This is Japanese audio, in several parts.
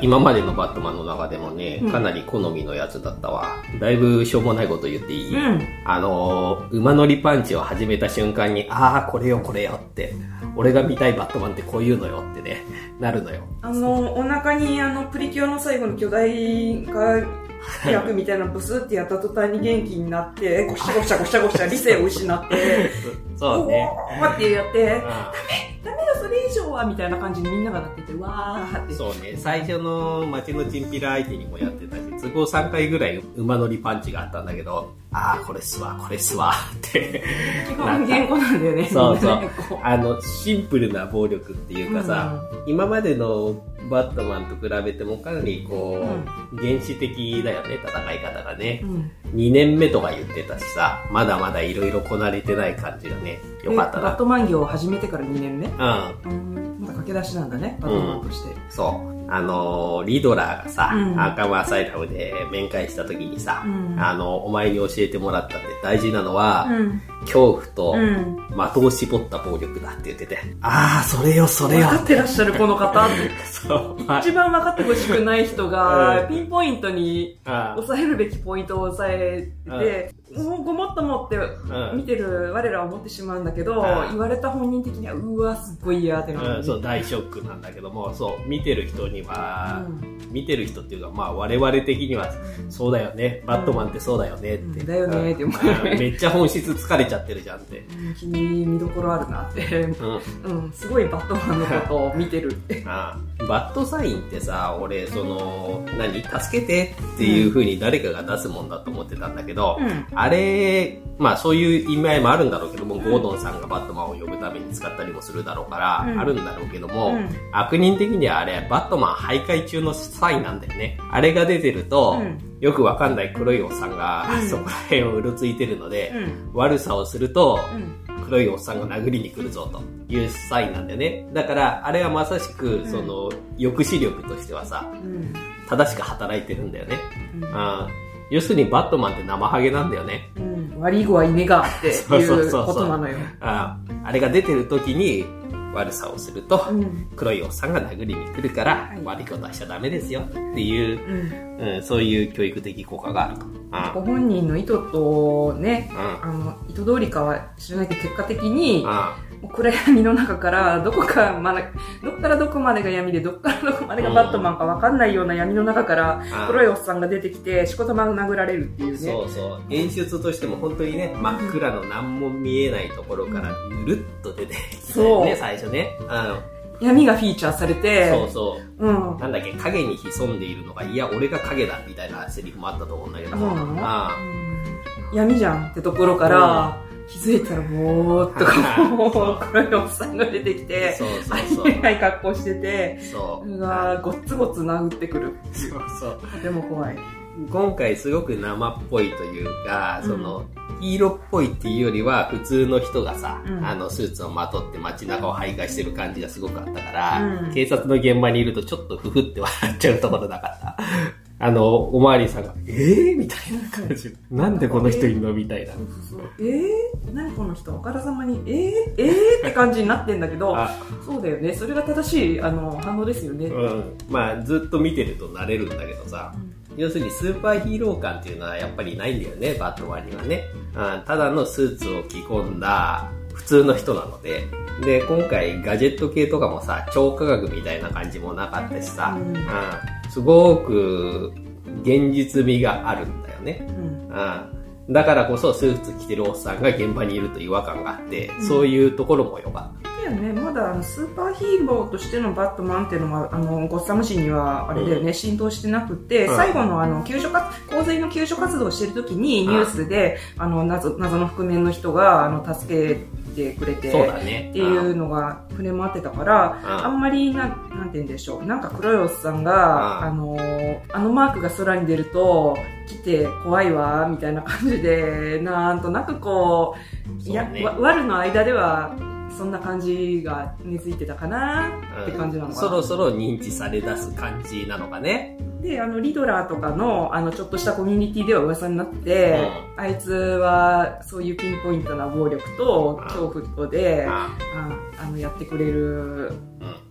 今までのバットマンの中でもね、かなり好みのやつだったわ。だいぶしょうもないこと言っていい？馬乗りパンチを始めた瞬間に、ああ、これよこれよって、俺が見たいバットマンってこういうのよってね、なるのよ。 お腹にプリキュアの最後の巨大化役みたいなブスってやった途端に元気になって、ごしゃごしゃごしゃごしゃ理性を失って、 そうね。 おーってやって、ダメよそれ以上はみたいな感じにみんながなってて、わーって。 そうね、最初の街のチンピラ相手にもやってたし、都合3回ぐらい馬乗りパンチがあったんだけど、ああ、これすわ、これすわって基本原稿なんだよね。 そうそう。シンプルな暴力っていうかさ、今までのバットマンと比べてもかなりこう、原始的だよね、戦い方がね。2年目とか言ってたしさ、まだまだいろいろこなれてない感じがね、よかったな。 バットマン業を始めてから2年目？ まだ駆け出しなんだね、バットマンとして。 そう。リドラーがさ、アーカムアサイラムで面会した時にさ、お前に教えてもらったって大事なのは、恐怖と的を絞った暴力だって言ってて、ああ、それよ、それよ。 分かってらっしゃるこの方って。 そう。 一番分かってほしくない人が、ピンポイントに抑えるべきポイントを抑えて、ごもっともって見てる我らは思ってしまうんだけど、言われた本人的には、うわ、すっごい嫌ってなる。 そう、大ショックなんだけども、そう、見てる人には、見てる人っていうか、まあ我々的には、そうだよね、バットマンってそうだよねって。 だよねって思う。めっちゃ本質疲れちゃってるじゃんって。 君見どころあるなって。すごいバットマンのことを見てるって。 バットサインってさ、俺、助けてっていう風に誰かが出すもんだと思ってたんだけど、あれ、まあそういう意味合いもあるんだろうけども、ゴードンさんがバットマンを呼ぶために使ったりもするだろうから、あるんだろうけども、悪人的にはあれ、バットマン徘徊中のサインなんだよね。あれが出てると、よくわかんない黒いおっさんが、そこら辺をうろついてるので、悪さをすると、黒いおっさんが殴りに来るぞというサインなんだよね。だから、あれはまさしく、抑止力としてはさ、正しく働いてるんだよね。要するにバットマンって生ハゲなんだよね。 悪い子はいねがっていうことなのよ。 あれが出てる時に悪さをすると、黒いおっさんが殴りに来るから、悪いことはしちゃダメですよっていう、そういう教育的効果があると。 ご本人の意図とね、意図通りかは知らないけど、結果的に、暗闇の中からどこからどこまでが闇でどこからどこまでがバットマンか分かんないような闇の中から黒いおっさんが出てきてしこたま殴られるっていうね。 そうそう。演出としても本当にね、真っ暗の何も見えないところからぬるっと出てきたよね、最初ね。 闇がフィーチャーされて。 そうそう。なんだっけ、影に潜んでいるのが、いや、俺が影だみたいなセリフもあったと思うんだけど。 闇じゃんってところから、気づいたらもう、とかもう、黒いおっさんが出てきて、ありえない格好してて、ごっつごつ殴ってくる。 そうそう。 とても怖い。 今回すごく生っぽいというか、ヒーローっぽいっていうよりは、普通の人がさ、スーツをまとって街中を徘徊してる感じがすごくあったから、警察の現場にいるとちょっとふふって笑っちゃうところなかった。おまわりさんが、みたいな感じ。なんでこの人いるのみたいな。 何この人あからさまに、って感じになってんだけど、そうだよね。それが正しい、反応ですよね。 まあ、ずっと見てると慣れるんだけどさ、要するにスーパーヒーロー感っていうのはやっぱりないんだよね、バットマンにはね。ただのスーツを着込んだ普通の人なので。で、今回ガジェット系とかもさ、超科学みたいな感じもなかったしさ、すごく現実味があるんだよね。だからこそスーツ着てるおっさんが現場にいると違和感があって、そういうところも良かった。 だよね、まだスーパーヒーローとしてのバットマンっていうのはゴッサム市にはあれだよね、浸透してなくて、最後の洪水の救助活動をしてる時にニュースで謎の覆面の人が助けてくれてっていうのが触れ回ってたから、あんまりなんて言うんでしょう、なんか黒いおっさんがマークが空に出ると来て怖いわみたいな感じで、なんとなくこうワルの間ではそんな感じが根付いてたかなって感じなのかな。 そろそろ認知され出す感じなのかね。 で、リドラーとかの、ちょっとしたコミュニティでは噂になって、あいつはそういうピンポイントな暴力と恐怖とで、やってくれる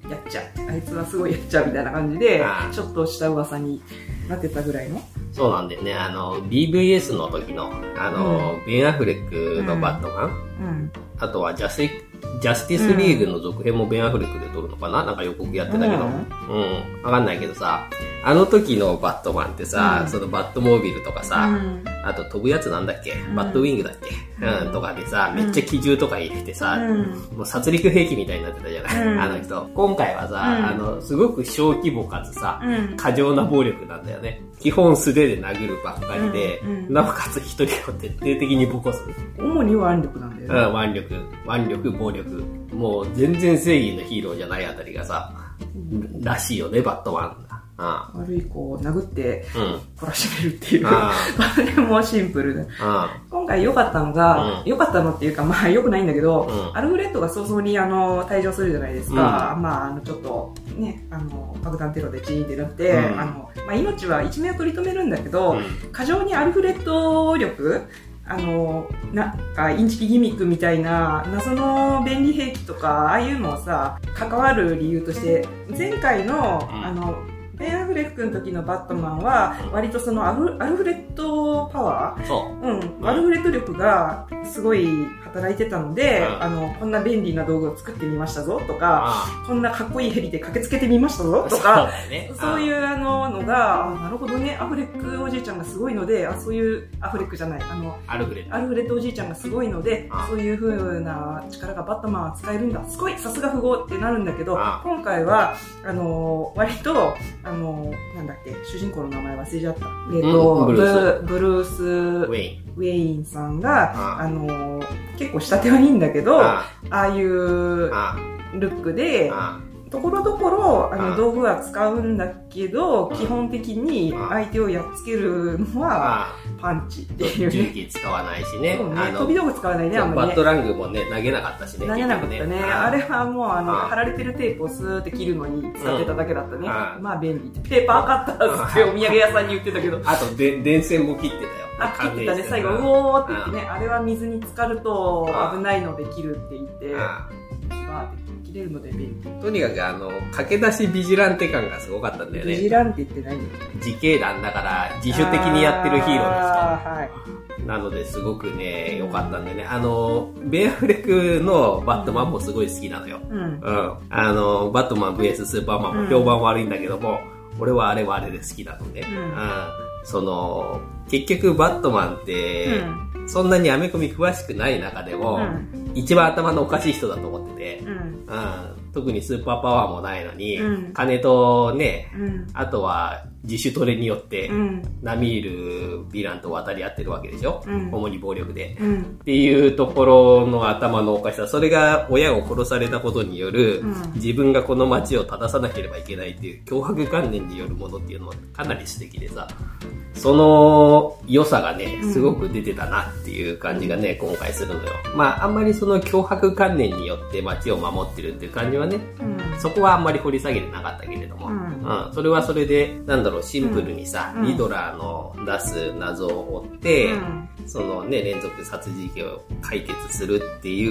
やっちゃう。あいつはすごいやっちゃうみたいな感じで、ちょっとした噂になってたぐらいの。 そうなんだよね。BVS の時の、ベン・アフレックのバットマン。あとはジャスティスリーグの続編もベン・アフレックで撮るのかな、なんか予告やってたけど。わかんないけどさ、あの時のバットマンってさ、そのバットモービルとかさ、あと飛ぶやつなんだっけ、バットウィングだっけ、とかでさ、めっちゃ機銃とか入れてさ、もう殺戮兵器みたいになってたじゃない、あの人。今回はさ、すごく小規模かつさ、過剰な暴力なんだよね。基本素手で殴るばっかりで、なおかつ一人を徹底的にボコす。 主に腕力なんだよね。 腕力、暴力。もう全然正義のヒーローじゃないあたりがさ、らしいよね、バットマン。 悪い子を殴って懲らしめるっていう、あれもシンプルで。今回良かったのが、良かったのっていうか、まあ良くないんだけど、アルフレッドが早々に退場するじゃないですか。まあちょっとね、爆弾テロでチーンってなって、まあ命は一命を取り留めるんだけど、過剰にアルフレッド力、なんかインチキギミックみたいな謎の便利兵器とか、ああいうのをさ、関わる理由として、前回のベン・アフレックの時のバットマンは、割とそのアルフレッドパワー、アルフレッド力がすごい働いてたので、こんな便利な道具を作ってみましたぞとか、こんなかっこいいヘリで駆けつけてみましたぞとか、そういうのが、なるほどね、アフレックおじいちゃんがすごいので、そういうアフレックじゃない、アルフレッドおじいちゃんがすごいので、そういう風な力がバットマンは使えるんだ、すごい、さすが富豪ってなるんだけど、今回は、割と、なんだっけ、主人公の名前忘れちゃった。ブルース・ウェインさんが、結構仕立てはいいんだけど、ああいうルックで、ところどころ道具は使うんだけど、基本的に相手をやっつけるのはパンチっていうね。 銃器使わないしね。 飛び道具使わないね、あんまりね。 バットラングもね、投げなかったしね。 投げなかったね。あれはもう貼られてるテープをスーって切るのに使ってただけだったね。まあ便利。ペーパーカッターってお土産屋さんに言ってたけど。 あと電線も切ってたよ。 切ってたね、最後、うおーって言ってね、あれは水に浸かると危ないので切るって言って、切れるので便利。 とにかく駆け出しビジランテ感がすごかったんだよね。 ビジランテって何？ 自警団だから自主的にやってるヒーローの人。なのですごくね、良かったんでね。ベン・アフレックのバットマンもすごい好きなのよ。バットマン VS スーパーマンも評判悪いんだけども、俺はあれはあれで好きなのね。結局バットマンって、そんなにアメコミ詳しくない中でも、一番頭のおかしい人だと思ってて、特にスーパーパワーもないのに、金とね、あとは自主トレによって、並みいるヴィランと渡り合ってるわけでしょ、主に暴力で、っていうところの頭のおかしさ、それが親を殺されたことによる、自分がこの街を正さなければいけないっていう脅迫観念によるものっていうのはかなり素敵でさ、その良さがね、すごく出てたなっていう感じがね、今回するのよ。まあ、あんまりその脅迫観念によって街を守ってるっていう感じはね、そこはあんまり掘り下げてなかったけれども、それはそれで、なんだろう、シンプルにさ、リドラーの出す謎を追って、そのね、連続殺人事件を解決するっていう、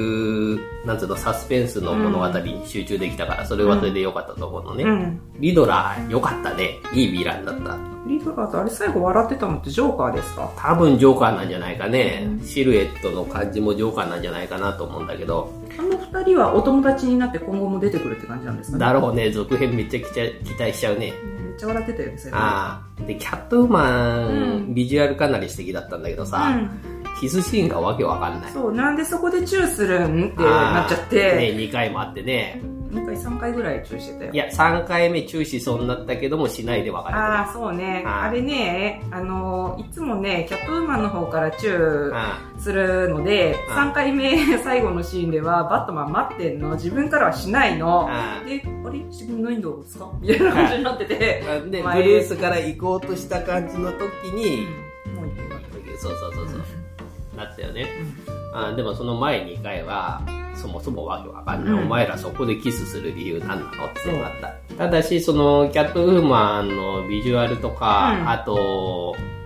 なんつうの、サスペンスの物語に集中できたから、それはそれで良かったと思うのね。リドラー良かったね。いいヴィランだった。 リドラーとあれ最後笑ってたのってジョーカーですか？ 多分ジョーカーなんじゃないかね。シルエットの感じもジョーカーなんじゃないかなと思うんだけど。 あの二人はお友達になって今後も出てくるって感じなんですかね？ だろうね。続編めっちゃ期待しちゃうね。 めっちゃ笑ってたよね、それ。 で、キャットウーマン、ビジュアルかなり素敵だったんだけどさ、キスシーンがわけわかんない。 そう、なんでそこでチューするんってなっちゃって。 ね、2回もあってね。 2回、3回ぐらいチューしてたよ。 いや、3回目チューしそうになったけども、しないで別れてる。 そうね。あれね、いつもね、キャットウーマンの方からチューするので、3回目最後のシーンでは、バットマン待ってんの、自分からはしないの。で、あれ自分のインドですかみたいな感じになってて。 で、ブルースから行こうとした感じの時に、もう行ってない。そう。なったよね。でもその前2回は、そもそもわけわかんない。お前らそこでキスする理由なんなのってなった。ただし、その、キャットウーマンのビジュアルとか、あと、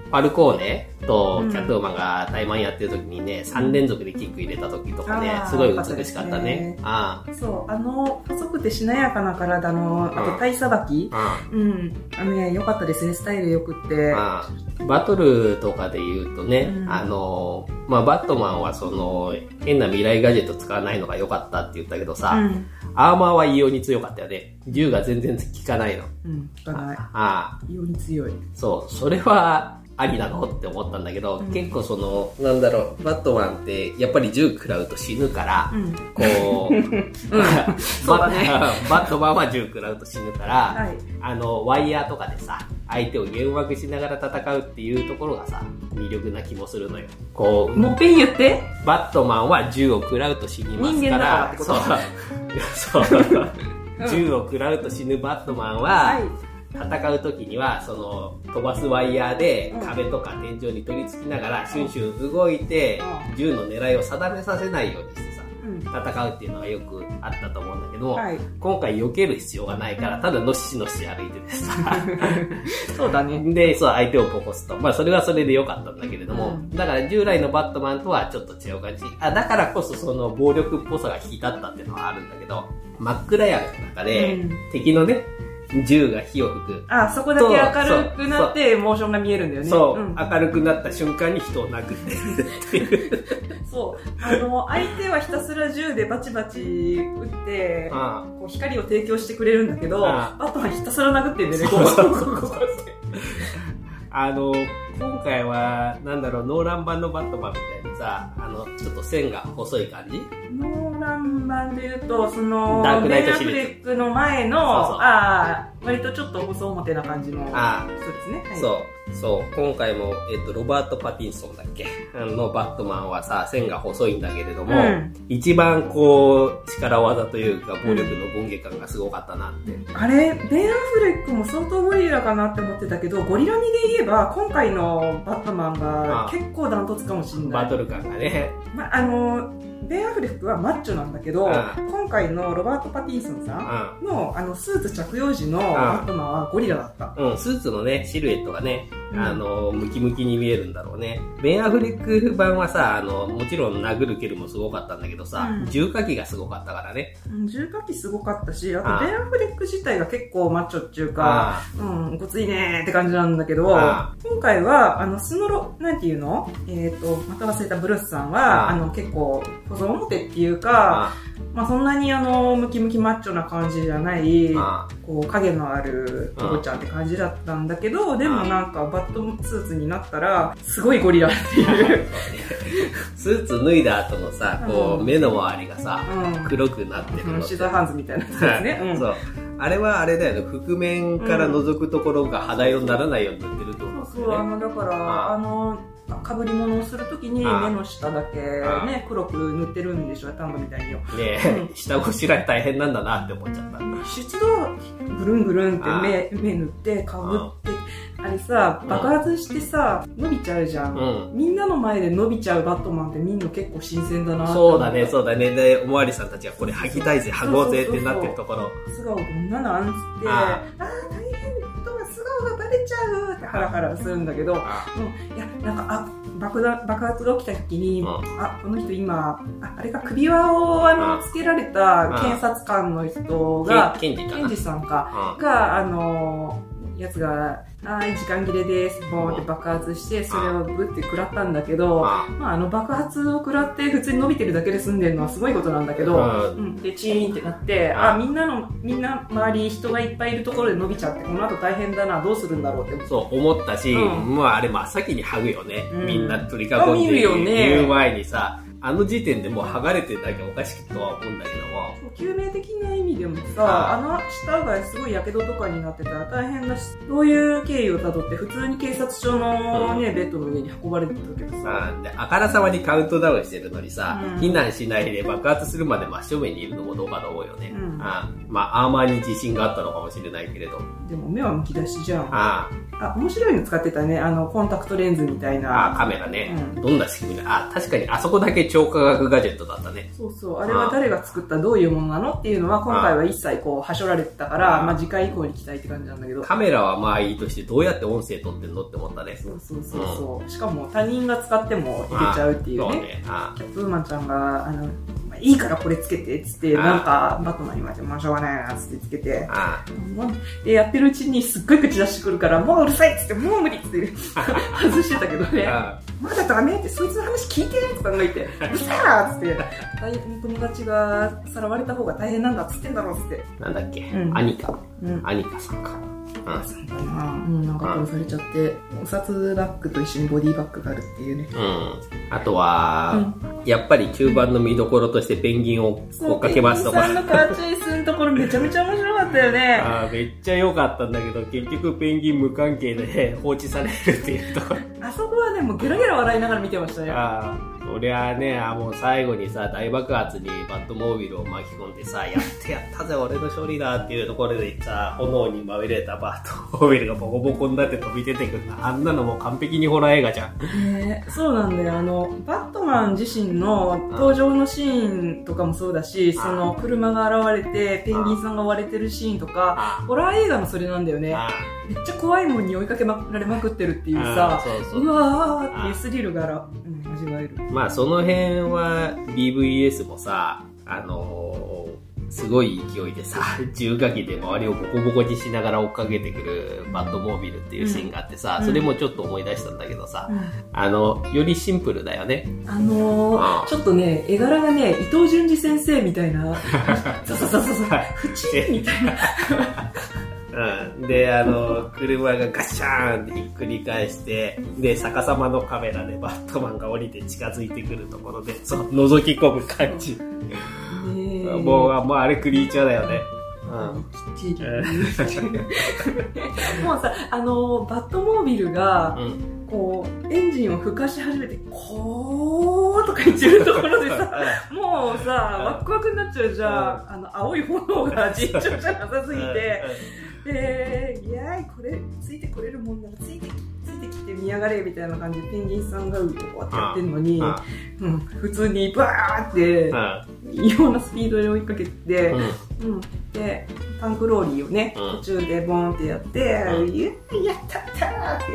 ファルコーネとキャットウーマンが対マンやってる時にね、3連続でキック入れた時とかね、すごい美しかったね。 そう、細くてしなやかな体の、あと体さばき。良かったですね、スタイル良くって。 バトルとかで言うとね、バットマンはその、変な未来ガジェット使わないのが良かったって言ったけどさ、アーマーは異様に強かったよね。銃が全然効かないの。 効かない。異様に強い。 そう、それはありなのって思ったんだけど、結構その、なんだろう、バットマンってやっぱり銃食らうと死ぬから、こう、バットマンは銃食らうと死ぬから、ワイヤーとかでさ、相手を幻惑しながら戦うっていうところがさ、魅力な気もするのよ。こう、 もっぺん言って。 バットマンは銃を食らうと死にますから、そう。銃を食らうと死ぬバットマンは、戦う時には、その、飛ばすワイヤーで壁とか天井に取り付きながら、シュンシュン動いて、銃の狙いを定めさせないようにしてさ、戦うっていうのがよくあったと思うんだけど、今回避ける必要がないから、ただのしのし歩いててさ、 そうだね。 で、そう、相手をボコすと。まあ、それはそれで良かったんだけれども、だから従来のバットマンとはちょっと違う感じ。だからこそその暴力っぽさが引き立ったっていうのはあるんだけど、真っ暗闇の中で、敵のね、銃が火を吹く。 そこだけ明るくなってモーションが見えるんだよね。 そう、明るくなった瞬間に人を殴ってるっていう。 そう。相手はひたすら銃でバチバチ撃って、こう光を提供してくれるんだけど、バットマンひたすら殴ってんだよね、 今回は、なんだろう、ノーラン版のバットマンみたいにさ、ちょっと線が細い感じ？ ノーラン版で言うと、その、 ダークナイトシリーズ。 ベン・アフレックの前の、割とちょっと細表な感じの人ですね。 そう、今回も、ロバート・パティンソンだっけのバットマンはさ、線が細いんだけれども、一番こう、力技というか、暴力の権下感がすごかったなって。 あれ、ベン・アフレックも相当ゴリラかなって思ってたけど、ゴリラ味で言えば、今回のバットマンが結構ダントツかもしれない。 バトル感がね。 ベン・アフレックはマッチョなんだけど、今回のロバート・パティンソンさんの、スーツ着用時のバットマンはゴリラだった。 スーツのね、シルエットがね、ムキムキに見えるんだろうね。ベン・アフレック版はさ、もちろん殴る蹴るもすごかったんだけどさ、重火器がすごかったからね。 重火器すごかったし、あとベン・アフレック自体が結構マッチョっていうか、ごついねーって感じなんだけど、今回は、なんていうのまた忘れたブルースさんは、結構、細表っていうか、そんなにムキムキマッチョな感じじゃない、こう、影のあるおばちゃんって感じだったんだけど、でもなんかバットスーツになったら、すごいゴリラっていう。 スーツ脱いだ後のさ、こう、目の周りがさ、黒くなってるの。 シザーハンズみたいなやつですね。 そう。あれはあれだよね、覆面から覗くところが肌色にならないようになってるってことですね。 そう、だから、かぶり物をするときに目の下だけね、黒く塗ってるんでしょ、タンバみたいによ。 ね下ごしらえ大変なんだなって思っちゃった。 出動ぐるんぐるんって目塗ってかぶって、あれさ、爆発してさ、伸びちゃうじゃん。みんなの前で伸びちゃうバットマンって見るの結構新鮮だな。 そうだね。で、おまわりさんたちがこれ履きたいぜ、履こうぜってなってるところ。 素顔どんななんつって、大変素顔がバレちゃうってハラハラするんだけど、いや、なんか、爆発が起きた時に、この人今、あれか、首輪をつけられた検察官の人が、検事さんか、が、やつが、時間切れです、ボーンって爆発して、それをブッて食らったんだけど、爆発を食らって普通に伸びてるだけで済んでるのはすごいことなんだけど、で、チーンってなって、みんな周り人がいっぱいいるところで伸びちゃって、この後大変だな、どうするんだろうって。 そう思ったし、あれ真っ先に剥ぐよね。みんな取り囲んで言う前にさ、あの時点でもう剥がれてなきゃおかしいとは思うんだけども。 救命的な意味でもさ、下がすごい火傷とかになってたら大変だし、どういう経緯をたどって普通に警察署のね、ベッドの上に運ばれてたけどさ。 で、あからさまにカウントダウンしてるのにさ、避難しないで爆発するまで真正面にいるのもどうかと思うよね。アーマーに自信があったのかもしれないけれど。 でも目はむき出しじゃん。面白いの使ってたね。コンタクトレンズみたいな。 カメラね。どんな仕組みだ。確かにあそこだけ超科学ガジェットだったね。 そうそう。あれは誰が作ったどういうものなのっていうのは、今回は一切こう、はしょられてたから、まあ次回以降に期待って感じなんだけど。 カメラはまあいいとして、どうやって音声撮ってんのって思ったね。 そうそうそうそう。しかも他人が使ってもいけちゃうっていうね。キャップウーマンちゃんが、いいからこれつけてっつって、なんか、バットマンに言われて、もうしょうがないなっつってつけて、で、やってるうちにすっごい口出してくるから、もううるさいっつって、もう無理っつって外してたけどね、まだダメって、そいつの話聞いてとか言って、うるさーっつって、友達がさらわれた方が大変なんだっつってんだろうっつって。 なんだっけ、アニカさんか。 なんか殺されちゃって、お札バッグと一緒にボディバッグがあるっていうね。 あとは、やっぱり中盤の見どころとしてペンギンを追っかけますとか。 ペンギンさんのカーチェイスのところめちゃめちゃ面白かったよね。 めっちゃ良かったんだけど、結局ペンギン無関係で放置されるっていうところ。 あそこはね、もうゲラゲラ笑いながら見てましたね。 そりゃあね、もう最後にさ、大爆発にバットモービルを巻き込んでさ、やったぜ、俺の勝利だっていうところでさ、炎にまみれたバットモービルがボコボコになって飛び出てくるの。あんなのもう完璧にホラー映画じゃん。 そうなんだよ。バットマン自身の登場のシーンとかもそうだし、その車が現れて、ペンギンさんが追われてるシーンとか、ホラー映画のそれなんだよね。めっちゃ怖いもんに追いかけられまくってるっていうさ、うわーっていうスリルが味わえる。 まあその辺は BVS もさ、すごい勢いでさ、重火器で周りをボコボコにしながら追っかけてくるバットモービルっていうシーンがあってさ、それもちょっと思い出したんだけどさ、よりシンプルだよね。 ちょっとね、絵柄がね、伊藤潤二先生みたいな、そう、ふちみたいな。 で、車がガシャーンってひっくり返して、で、逆さまのカメラでバットマンが降りて近づいてくるところで、覗き込む感じ。もうあれクリーチャーだよね。 もうさ、バットモービルが、こう、エンジンを吹かし始めて、こーとか言ってるところでさ、もうさ、ワクワクになっちゃうじゃん。青い炎が尋常じゃなさすぎて、いやーい、これ、ついてこれるもんならついてきて見やがれみたいな感じでペンギンさんがこうやってやってんのに、普通にバーって異様なスピードで追いかけて、でタンクローリーをね、途中でボーンってやって、やったったーって、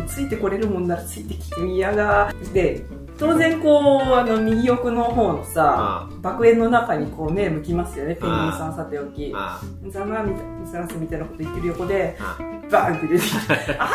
ついてこれるもんならついてきてみやがで、当然こう右奥の方のさ、爆炎の中にこう目向きますよね、ペンギンさんさておき。ざまみたいなみたいなこと言ってる横で、バーンって出てきて、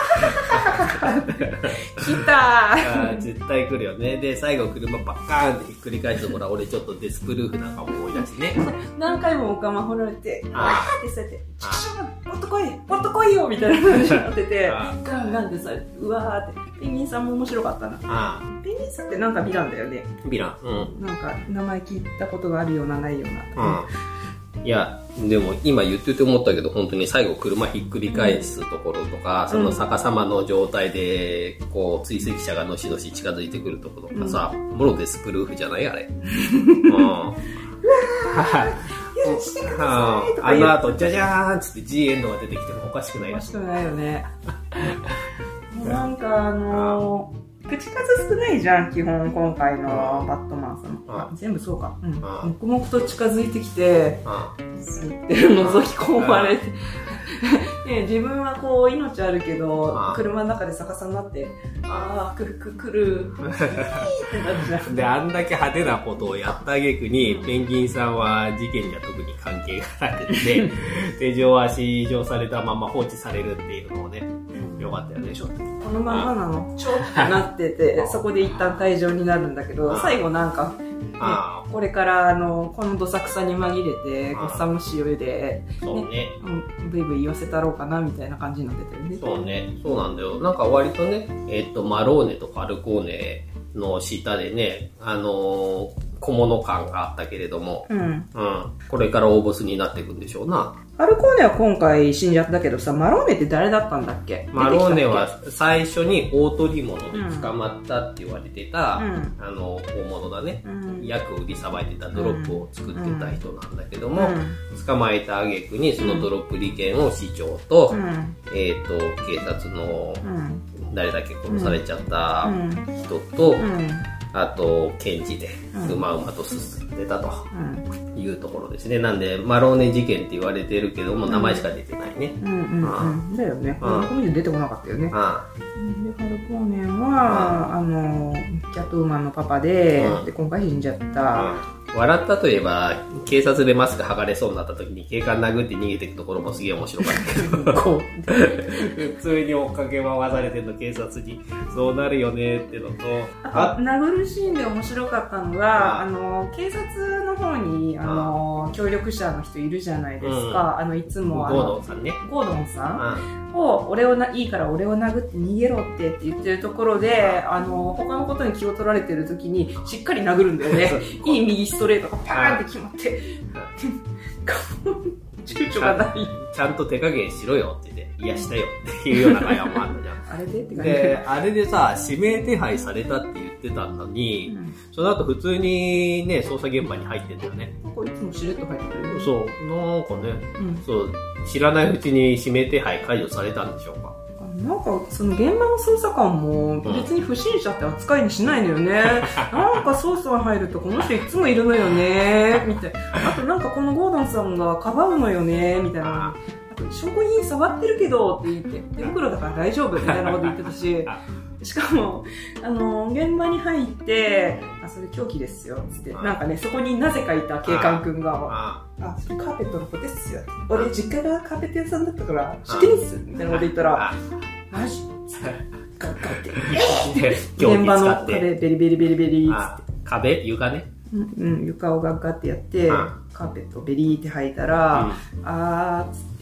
来たー絶対来るよね。で、最後車バッカーンってひっくり返すところ、俺ちょっとデスプルーフなんかも思い出しね。 何回もおかま掘られて、わーってそうやって、ちくしょう、もっと来いよみたいな感じになってて、ガンガンってされて、うわーって。ペンギンさんも面白かったな。ペンギンさんってなんかヴィランだよね。 ヴィラン。 なんか名前聞いたことがあるようなないような。 いや、でも今言ってて思ったけど、本当に最後車ひっくり返すところとか、その逆さまの状態で、こう、追跡者がのしのし近づいてくるところとかさ、もろデスプルーフじゃないあれ。あの後、じゃじゃーんっつって G エンドが出てきてもおかしくないらしい。 おかしくないよね。なんか口数少ないじゃん、基本今回のバットマンさん。全部そうか。黙々と近づいてきて、スッて覗き込まれて。自分はこう命あるけど、車の中で逆さになって、来る。ってなっちゃう。 で、あんだけ派手なことをやった挙句に、ペンギンさんは事件には特に関係がなくて、手錠足状されたまま放置されるっていうのもね、よかったよね。 このままなのちょっとなってて、そこで一旦退場になるんだけど、最後なんか、これからこのどさくさに紛れて、ゴッサムシオで、ブイブイ言わせたろうかなみたいな感じになってたよね。 そうね、そうなんだよ。なんか割とね、マローネとファルコーネの下でね、小物感があったけれども、これから大ボスになっていくんでしょうな。 ファルコーネは今回死んじゃったけどさ、マローネって誰だったんだっけ？ マローネは最初に大捕り物で捕まったって言われてた、大物だね。役を売りさばいてたドロップを作ってた人なんだけども、捕まえた挙句にそのドロップ利権を市長と、警察の誰だっけ殺されちゃった人と、 あと、検事で、うまうまと進んでたというところですね。なんで、マローネ事件って言われてるけども、名前しか出てないね。 だよね。このコミュ出てこなかったよね。で、ハルコーネンは、キャットウーマンのパパで、今回死んじゃった。 笑ったといえば、警察でマスク剥がれそうになった時に警官殴って逃げていくところもすげえ面白かったけど、普通に追っかけ回されてんの警察に、そうなるよねってのと、 殴るシーンで面白かったのが、警察の方に、協力者の人いるじゃないですか。いつもゴードンさんね。 ゴードンさんを、いいから俺を殴って逃げろって言ってるところで、他のことに気を取られてる時に、しっかり殴るんだよね。いい右ストレートがパーンって決まって、躊躇がない。 ちゃんと手加減しろよって言って、いやしたよっていうような会話もあったじゃん。 あれでって感じで、あれでさ、指名手配されたって言ってたのに、その後普通にね、捜査現場に入ってんだよね。 こいつもしれっと入ってるよ。 そう、なんかね、そう、知らないうちに指名手配解除されたんでしょうか。 なんか、その現場の捜査官も別に不審者って扱いにしないのよね。なんか捜査に入るとこの人いつもいるのよね、みたいな。あとなんかこのゴードンさんがかばうのよね、みたいな。あと証拠品触ってるけどって言って、手袋だから大丈夫みたいなこと言ってたし、しかも、現場に入って、それ凶器ですよ、つって。なんかね、そこになぜかいた警官くんが、それカーペットの子ですよ。俺、実家がカーペット屋さんだったから、知ってるんですみたいなこと言ったら、マジガッガッて。現場の壁、ベリベリベリベリって。 壁床ね。 床をガッガッてやって、カーペットをベリーって履いたら、つって。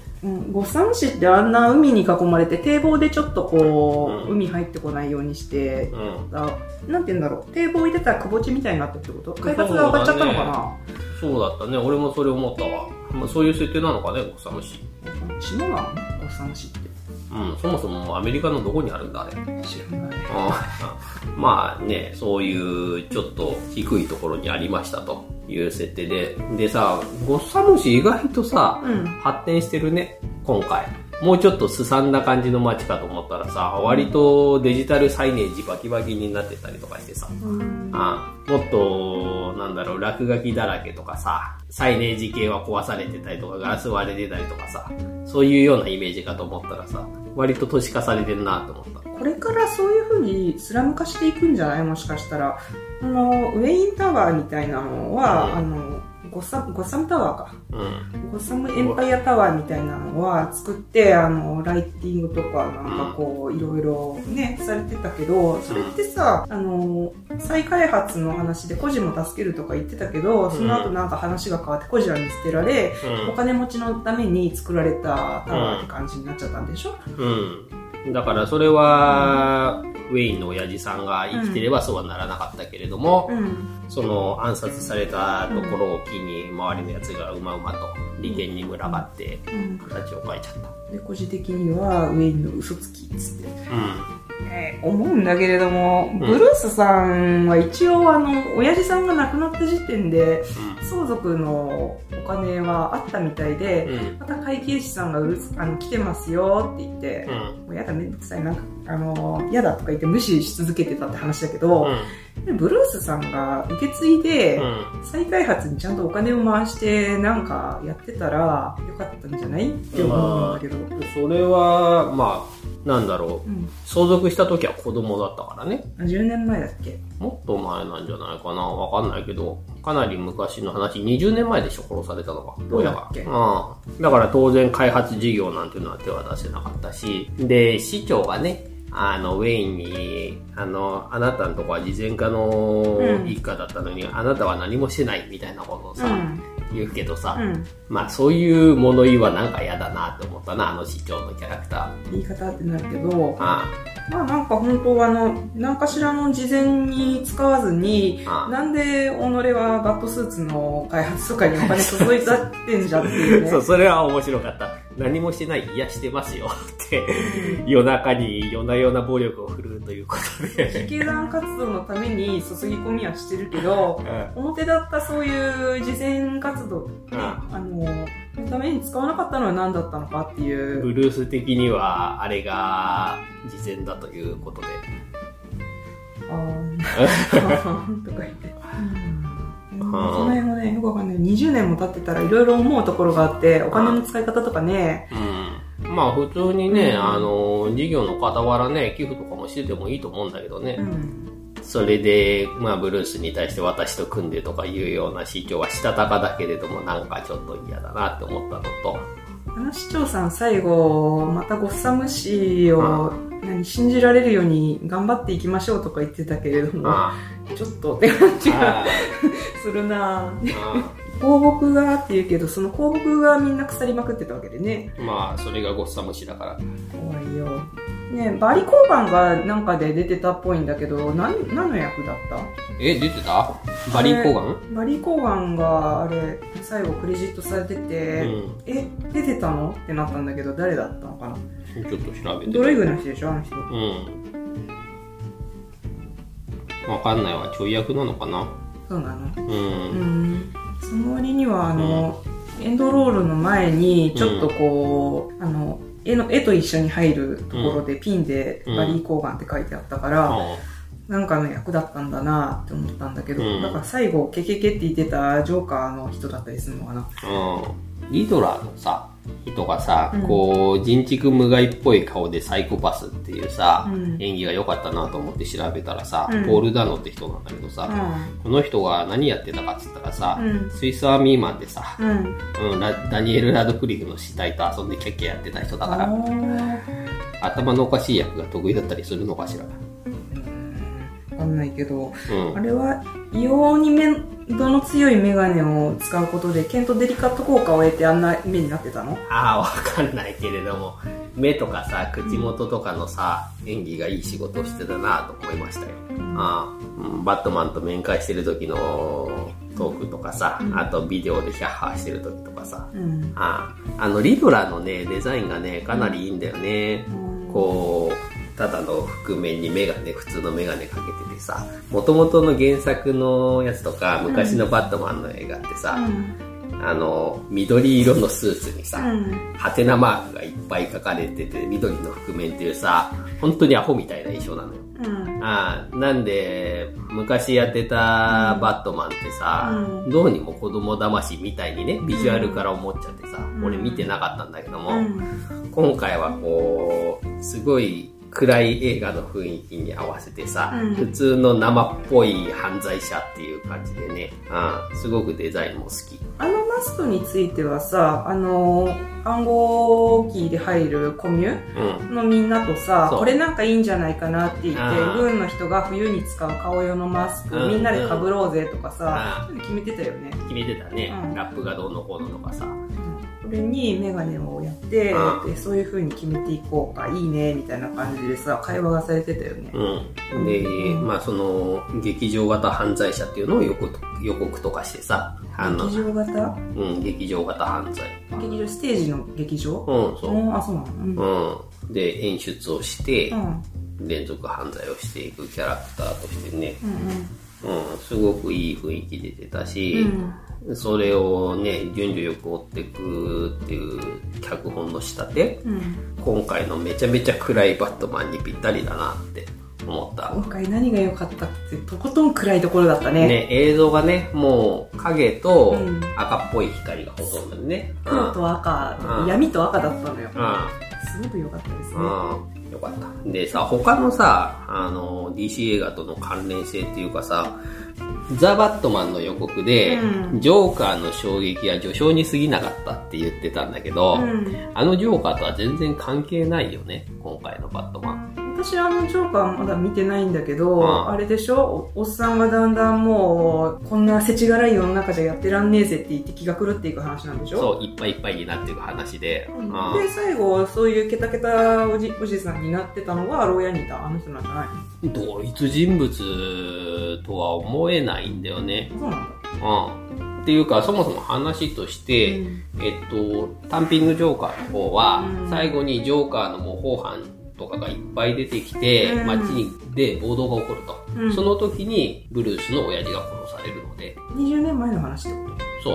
ゴッサム市ってあんな海に囲まれて堤防でちょっとこう、海入ってこないようにして、なんて言うんだろう、堤防入れたらくぼ地みたいになったってこと？開発が上がっちゃったのかな？ そうだったね。俺もそれ思ったわ。まあ、そういう設定なのかね、ゴッサム市。 島なの？ゴッサム市って。 そもそもアメリカのどこにあるんだ、あれ。 知らない。 まあね、そういうちょっと低いところにありましたという設定で。でさ、ゴッサム市意外とさ、発展してるね、今回。もうちょっとすさんだ感じの街かと思ったらさ、割とデジタルサイネージバキバキになってたりとかしてさ、もっと、なんだろう、落書きだらけとかさ、サイネージ系は壊されてたりとか、ガラス割れてたりとかさ、そういうようなイメージかと思ったらさ、割と都市化されてるなと思った。 これからそういう風にスラム化していくんじゃない？もしかしたら。ウェインタワーみたいなのは、ゴッサムタワーか。ゴッサムエンパイアタワーみたいなのは作って、ライティングとかなんかこう、いろいろね、されてたけど、それってさ、再開発の話で孤児も助けるとか言ってたけど、その後なんか話が変わって孤児は見捨てられ、お金持ちのために作られたタワーって感じになっちゃったんでしょ？ だからそれは、ウェインの親父さんが生きてればそうはならなかったけれども、その暗殺されたところを機に周りのやつがうまうまと利権に群がって形を変えちゃった。 で、個人的にはウェインの嘘つきっつって。思うんだけれども、ブルースさんは一応親父さんが亡くなった時点で、相続のお金はあったみたいで、また会計士さんが来てますよって言って、もうやだめんどくさい、なんか、やだとか言って無視し続けてたって話だけど、ブルースさんが受け継いで、再開発にちゃんとお金を回してなんかやってたらよかったんじゃないって思うんだけど。 それは、まあ、なんだろう、相続した時は子供だったからね。 10年前だっけ？ もっと前なんじゃないかな、わかんないけど、かなり昔の話、20年前でしょ、殺されたのが。 親が。 だから当然開発事業なんていうのは手は出せなかったし、で、市長がね、ウェインに、あなたのとこは慈善家の一家だったのに、あなたは何もしてないみたいなことをさ、言うけどさ、まあそういう物言いはなんか嫌だなって思ったな、市長のキャラクター。 言い方ってなるけど、まあなんか本当何かしらの事前に使わずに、なんで己はバッドスーツの開発とかにお金注いだってんじゃっていうね。 そう、それは面白かった。何もしてない、いやしてますよって、夜中に夜な夜な暴力を振るうということで。 自警団活動のために注ぎ込みはしてるけど、表だったそういう慈善活動、のために使わなかったのは何だったのかっていう。 ブルース的には、あれが慈善だということで。 とか言って。その辺もね、よくわかんない。20年も経ってたらいろいろ思うところがあって、お金の使い方とかね。 まあ普通にね、事業の傍らね、寄付とかもしててもいいと思うんだけどね。それで、まあブルースに対して私と組んでとかいうような市長はしたたかだけれども、なんかちょっと嫌だなって思ったのと。 市長さん最後、またゴッサム市を、信じられるように頑張っていきましょうとか言ってたけれども、ちょっとって感じがするな公木がって言うけど、その公木がみんな腐りまくってたわけでね。 まあ、それがゴッサム市だから。 怖いよ。ね、バリ交番がなんかで出てたっぽいんだけど、何の役だった？ 出てた？バリ交番？ バリ交番が、あれ、最後クレジットされてて、出てたのってなったんだけど、誰だったのかな？ ちょっと調べて。 ドロイグの人でしょ、あの人。 わかんないわ。ちょい役なのかな？ そうなの？その割には、エンドロールの前に、ちょっとこう、絵と一緒に入るところでピンでバリー・コーガンって書いてあったから、なんかの役だったんだなって思ったんだけど、だから最後、ケケケって言ってたジョーカーの人だったりするのかな。 リドラーのさ、人がさ、こう、人畜無害っぽい顔でサイコパスっていうさ、演技が良かったなと思って調べたらさ、ポール・ダノって人なんだけどさ、この人が何やってたかっつったらさ、スイスアーミーマンでさ、ダニエル・ラドクリフの死体と遊んでキャッキャやってた人だから、頭のおかしい役が得意だったりするのかしら。 わかんないけど、あれは異様に度の強いメガネを使うことでケントデリカット効果を得てあんな目になってたの？ わかんないけれども、目とかさ、口元とかのさ、演技がいい仕事をしてたなと思いましたよ。バットマンと面会してる時のトークとかさ、あとビデオでヒャッハーしてる時とかさ、リドラのね、デザインがね、かなりいいんだよね。こう、ただの覆面にメガネ、普通のメガネかけててさ、元々の原作のやつとか、昔のバットマンの映画ってさ、緑色のスーツにさ、ハテナマークがいっぱい書かれてて、緑の覆面っていうさ、本当にアホみたいな衣装なのよ。なんで、昔やってたバットマンってさ、どうにも子供騙しみたいにね、ビジュアルから思っちゃってさ、俺見てなかったんだけども、今回はこう、すごい、暗い映画の雰囲気に合わせてさ、普通の生っぽい犯罪者っていう感じでね、すごくデザインも好き。 マストについてはさ、暗号キーで入るコミュのみんなとさ、これなんかいいんじゃないかなって言って、軍の人が冬に使う顔用のマスク、みんなで被ろうぜとかさ、決めてたよね。 決めてたね。ラップがどうのこうのとかさ。 これにメガネをやって、でそういう風に決めていこうか、いいね、みたいな感じでさ、会話がされてたよね。 で、まあその、劇場型犯罪者っていうのを予告とかしてさ、 劇場型？ 劇場型犯罪。 劇場、ステージの劇場？ そう。 そうなの？ で、演出をして、連続犯罪をしていくキャラクターとしてね、すごくいい雰囲気出てたし、それをね、順序よく追っていくっていう脚本の仕立て、今回のめちゃめちゃ暗いバットマンにぴったりだなって思った。 今回何が良かったって、とことん暗いところだったね。 映像がね、もう影と赤っぽい光がほとんどね。 黒と赤、闇と赤だったのよ。すごく良かったですね。 よかった。でさ、他のさ、DC 映画との関連性っていうかさ、ザ・バットマンの予告で、ジョーカーの衝撃は序章に過ぎなかったって言ってたんだけど、あのジョーカーとは全然関係ないよね、今回のバットマン。 私ジョーカーまだ見てないんだけど、あれでしょ、おっさんがだんだんもう、こんな世知辛い世の中じゃやってらんねえぜって言って気が狂っていく話なんでしょ。 そう、いっぱいいっぱいになっていく話で。 で、最後、そういうケタケタおじさんになってたのが、牢屋にいたあの人なんじゃないの？ 同一人物とは思えないんだよね。 そうなんだ。 っていうか、そもそも話として、タンピングジョーカーの方は、最後にジョーカーの模倣犯とかがいっぱい出てきて、街で暴動が起こると。その時に、ブルースの親父が殺されるので。 20年前の話ってこと？ そう。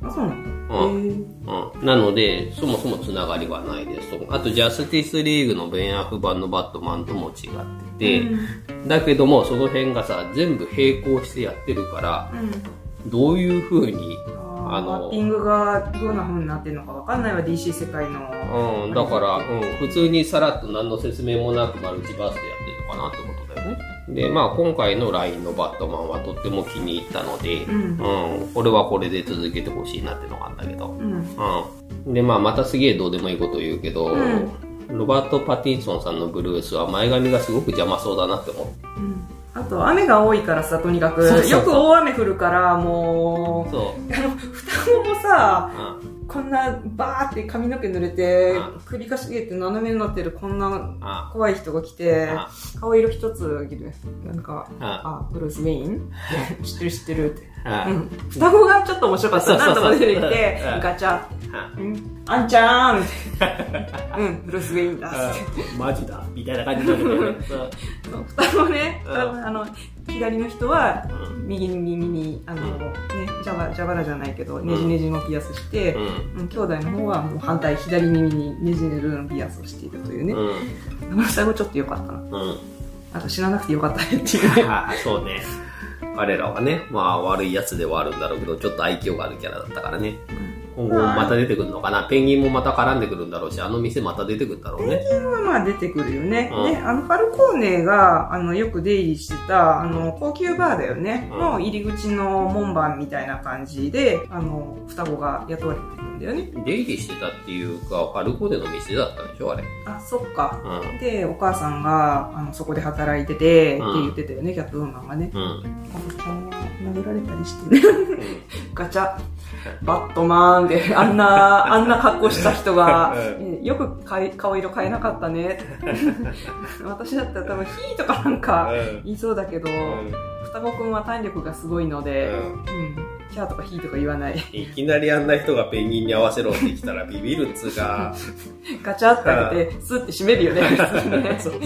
あ、そうなんだ。 なので、そもそもつながりはないですと。あと、ジャスティスリーグのベン・アフ版のバットマンとも違ってて、だけども、その辺がさ、全部並行してやってるから、どういう風に、 マッピングがどんな風になってるのかわかんないわ、DC 世界の。 だから、普通にさらっと何の説明もなくマルチバースでやってるのかなってことだよね。で、まあ今回の LINE のバットマンはとっても気に入ったので、これはこれで続けてほしいなってのがあったけど、で、まあまたすげえどうでもいいこと言うけど、ロバート・パティンソンさんのブルースは前髪がすごく邪魔そうだなって思う。 あと、雨が多いからさ、とにかく。よく大雨降るから、もう、双子もさ、こんなバーって髪の毛濡れて、首かしげて斜めになってるこんな怖い人が来て、顔色一つあげる。なんか、ブルース・ウェイン知ってる知ってるって。双子がちょっと面白かったなと思って出てきて、ガチャ。あんちゃーんみたいな。ブルース・ウェインだって。 マジだみたいな感じになるけどね。 双子ね、左の人は、右に耳に、ジャバラじゃないけど、ネジネジのピアスして、兄弟の方はもう反対、左耳にネジネジのピアスをしているというね。双子ちょっと良かったな。あと知らなくて良かったねっていうね。 そうね。彼らはね、まあ悪いやつではあるんだろうけど、ちょっと愛嬌があるキャラだったからね。今後また出てくるのかな。ペンギンもまた絡んでくるんだろうし、あの店また出てくるんだろうね。 ペンギンはまあ出てくるよね。ファルコーネが、よく出入りしてた、高級バーだよね。の入り口の門番みたいな感じで、双子が雇われてるんだよね。 出入りしてたっていうか、ファルコーネの店だったんでしょ、あれ。 あ、そっか。で、お母さんが、そこで働いてて、って言ってたよね、キャットウーマンがね。殴られたりしてね。ガチャ。バットマンで、あんな格好した人が、よく顔色変えなかったね。私だったら多分、ヒーとかなんか言いそうだけど、双子くんは体力がすごいので、キャーとかヒーとか言わない。 いきなりあんな人がペンギンに合わせろってきたらビビるっつうか。 ガチャって開けて、スッて閉めるよね、普通にね。まあちょっとお待ちくださ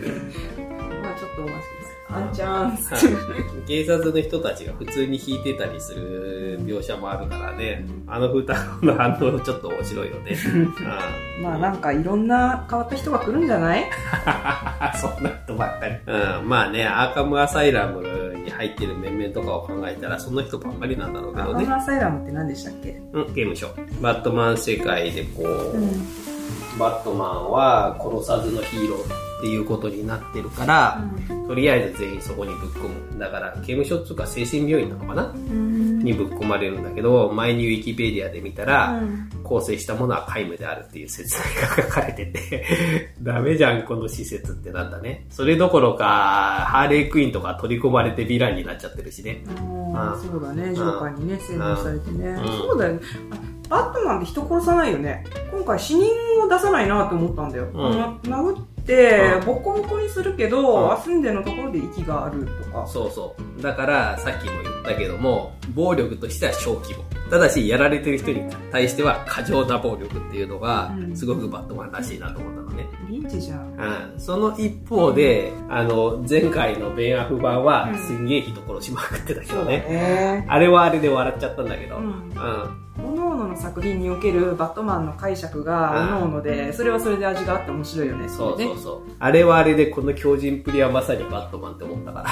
い。あんちゃん警察の人たちが普通に引いてたりする描写もあるからね、双子の反応ちょっと面白いよね。 まあなんかいろんな変わった人が来るんじゃない？ そんな人ばっかり。まあね、アーカムアサイラムに入ってる面々とかを考えたらその人ばっかりなんだろうけどね。 アーカムアサイラムって何でしたっけ？ 刑務所。バットマン世界でこう、バットマンは殺さずのヒーローっていうことになってるから、とりあえず全員そこにぶっ込む。だから刑務所っていうか精神病院なのかな、にぶっ込まれるんだけど、前にウィキペディアで見たら、構成したものは皆無であるっていう説明が書かれててダメじゃんこの施設ってなんだね。それどころかハーレークイーンとか取り込まれてヴィランになっちゃってるしね。 そうだね、ジョーカーにね洗脳されてね。そうだよね。バットマンって人殺さないよね。今回死人を出さないなと思ったんだよ。殴ってボコボコにするけど、住んでのところで息があるとか。 そうそう。だからさっきも言ったけども、暴力としては小規模。ただしやられてる人に対しては過剰な暴力っていうのがすごくバットマンらしいなと思ったのね。 リンチじゃん。 その一方で前回のベン・アフ版はすんげえ人殺しまくってたけどね。あれはあれで笑っちゃったんだけど。 各々の作品におけるバットマンの解釈が各々で、それはそれで味があって面白いよね。 そうそうそう。あれはあれでこの強靭っぷりはまさにバットマンって思ったから。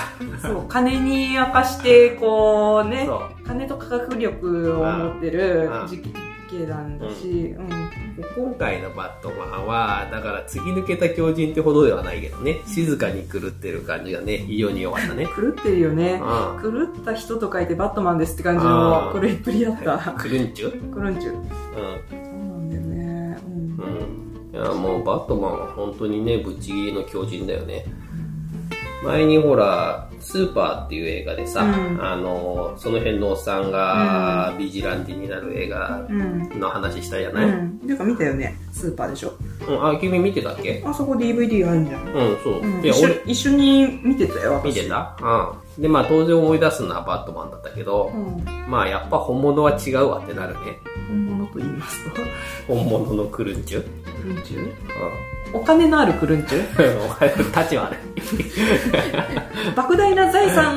そう、 金に明かしてこうね、金と科学力を持ってる実系団だし、 今回のバットマンはだから突き抜けた強靭ってほどではないけどね、静かに狂ってる感じがね非常に良かったね。 狂ってるよね。狂った人と書いてバットマンですって感じの狂いっぷりだった。 クルンチュ？ クルンチュ。そうなんだよね。 いやもうバットマンは本当にねぶっちぎりの強靭だよね。前にほらスーパーっていう映画でさ、その辺のおっさんがビジランティになる映画の話したじゃない？ っていうか見たよね、スーパーでしょ。 君見てたっけ？ あそこ DVD あるじゃん。 そう。 いや一緒に見てたよ。 見てた？でまあ当然思い出すのはバットマンだったけど、まあやっぱ本物は違うわってなるね。 本物と言いますと？ 本物のクルンチュ？ クルンチュ？お金のあるクルンチュ？ 立ち悪い。 莫大な財産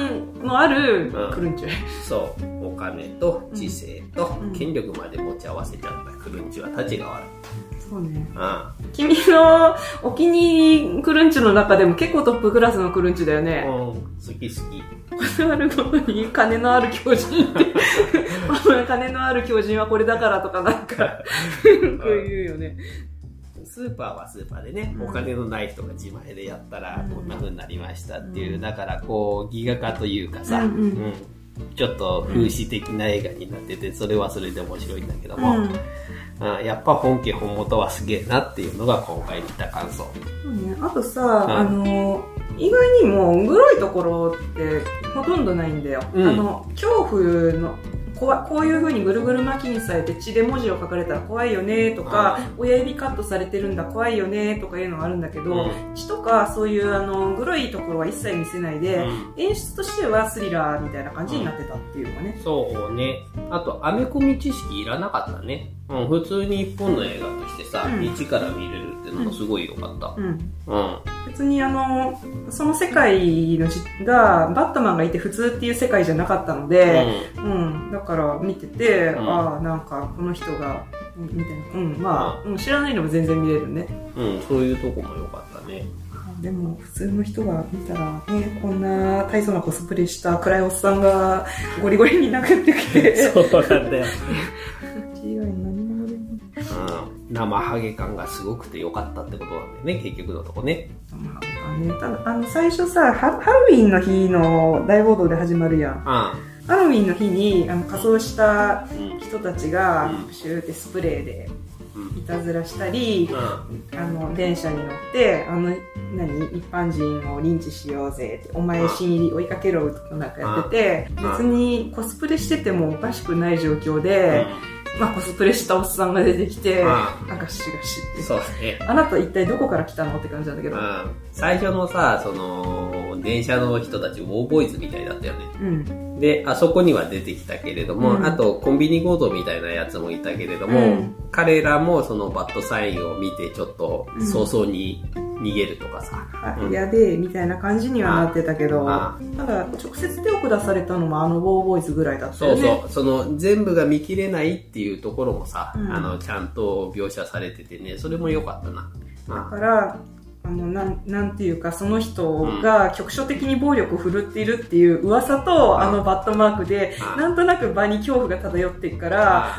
のあるクルンチュ。 そう。お金と知性と権力まで持ち合わせちゃったクルンチュは立ちが悪い。 そうね。君のお気に入りクルンチュの中でも結構トップクラスのクルンチュだよね。 好き好き。 これあることに金のある狂人って金のある狂人はこれだからとかなんかこう言うよね。 スーパーはスーパーでね、お金のない人が自前でやったらこんな風になりましたっていう、だからこうギガ化というかさ、ちょっと風刺的な映画になってて、それはそれで面白いんだけども、やっぱ本家本元はすげえなっていうのが今回見た感想。 あとさ、意外にもグロいところってほとんどないんだよ。恐怖のこういう風にぐるぐる巻きにされて血で文字を書かれたら怖いよねとか、親指カットされてるんだ怖いよねとかいうのがあるんだけど、血とかそういうグロいところは一切見せないで、演出としてはスリラーみたいな感じになってたっていうのがね。 そうね。あとアメコミ知識いらなかったね。普通に一本の映画としてさ、一から見れるっていうのもすごい良かった。 別にその世界がバットマンがいて普通っていう世界じゃなかったので、だから見てて、なんかこの人がみたいな、知らないのも全然見れるね。 そういうとこも良かったね。 でも普通の人が見たらね、こんな大層なコスプレした暗いおっさんがゴリゴリに殴ってきてそうなんだよ以外何もでも生ハゲ感がすごくて良かったってことなんだよね、結局のとこね。 ただ最初さ、ハロウィンの日の大暴動で始まるやん。ハロウィンの日に仮装した人たちがプシューってスプレーでいたずらしたり、電車に乗って一般人をリンチしようぜって、お前新入り追いかけろとかなんかやってて、別にコスプレしててもおかしくない状況で、コスプレしたおっさんが出てきて、なんかしがしって。 そうね。 あなた一体どこから来たのって感じなんだけど。 最初のさ、電車の人たち、ウォーボーイズみたいだったよね。で、あそこには出てきたけれども、あと、コンビニ強盗みたいなやつもいたけれども、彼らもそのバッドサインを見て、ちょっと早々に逃げるとかさ。 やべえ、みたいな感じにはなってたけど、ただ、直接手を下されたのもウォーボーイズぐらいだったよね。 そう。全部が見切れないっていうところもさ、ちゃんと描写されててね、それも良かったな。 だから、なんていうか、その人が局所的に暴力を振るっているっていう噂と、バットマークで、なんとなく場に恐怖が漂っていくから、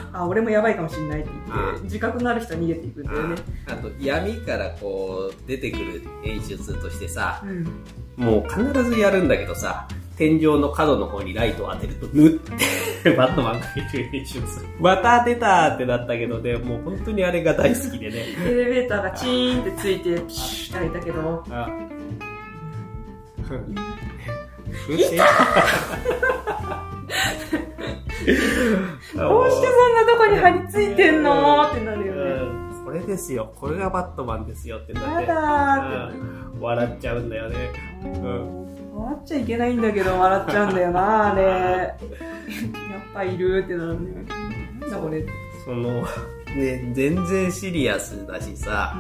俺もやばいかもしれないって言って、自覚のある人は逃げていくんだよね。 あと、闇からこう、出てくる演出としてさ、もう必ずやるんだけどさ、天井の角の方にライトを当てると、ぬってバットマンが言う演出。また出たってなったけどね、もう本当にあれが大好きでね。 エレベーターがチーンってついて、ピシュッて開いたけど。どうしてそんなとこに張り付いてんのってなるよね。 これですよ。これがバットマンですよってなって。 やだーって。 笑っちゃうんだよね。 笑っちゃいけないんだけど笑っちゃうんだよな、あれ。やっぱいるってなるね。なんだこれ。 ね、全然シリアスだしさ、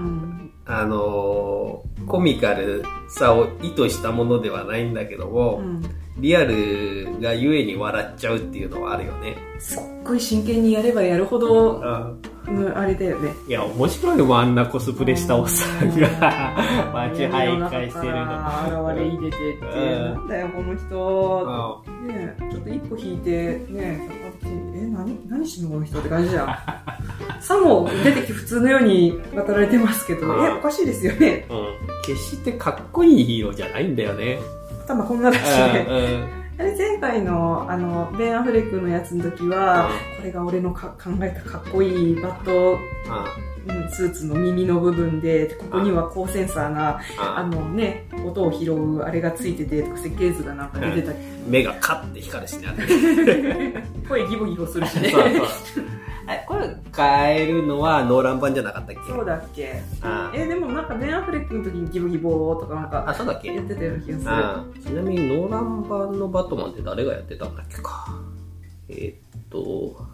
コミカルさを意図したものではないんだけども、リアルがゆえに笑っちゃうっていうのはあるよね。 すっごい真剣にやればやるほど、あれだよね。 いや、面白いもん、あんなコスプレしたおっさんが街徘徊してるの。現れ入れてって、なんだよ、この人。ねちょっと一歩引いて、ね何してんのこの人って感じじゃん。さも出てきて普通のように語られてますけど、おかしいですよね。 決してかっこいいヒーローじゃないんだよね。 頭こんなだしね。前回のベン・アフレックのやつの時は、これが俺の考えたかっこいいバットスーツの耳の部分で、ここには高センサーな音を拾うあれがついててとか設計図がなんか出てたり、 目がカッて光るしね。 声ギボギボするしね。 これ変えるのはノーラン版じゃなかったっけ？ そうだっけ？でもなんかベン・アフレックの時にギボギボとかなんかそうだっけ？ やってたような気がする。ちなみにノーラン版のバットマンって誰がやってたんだっけか？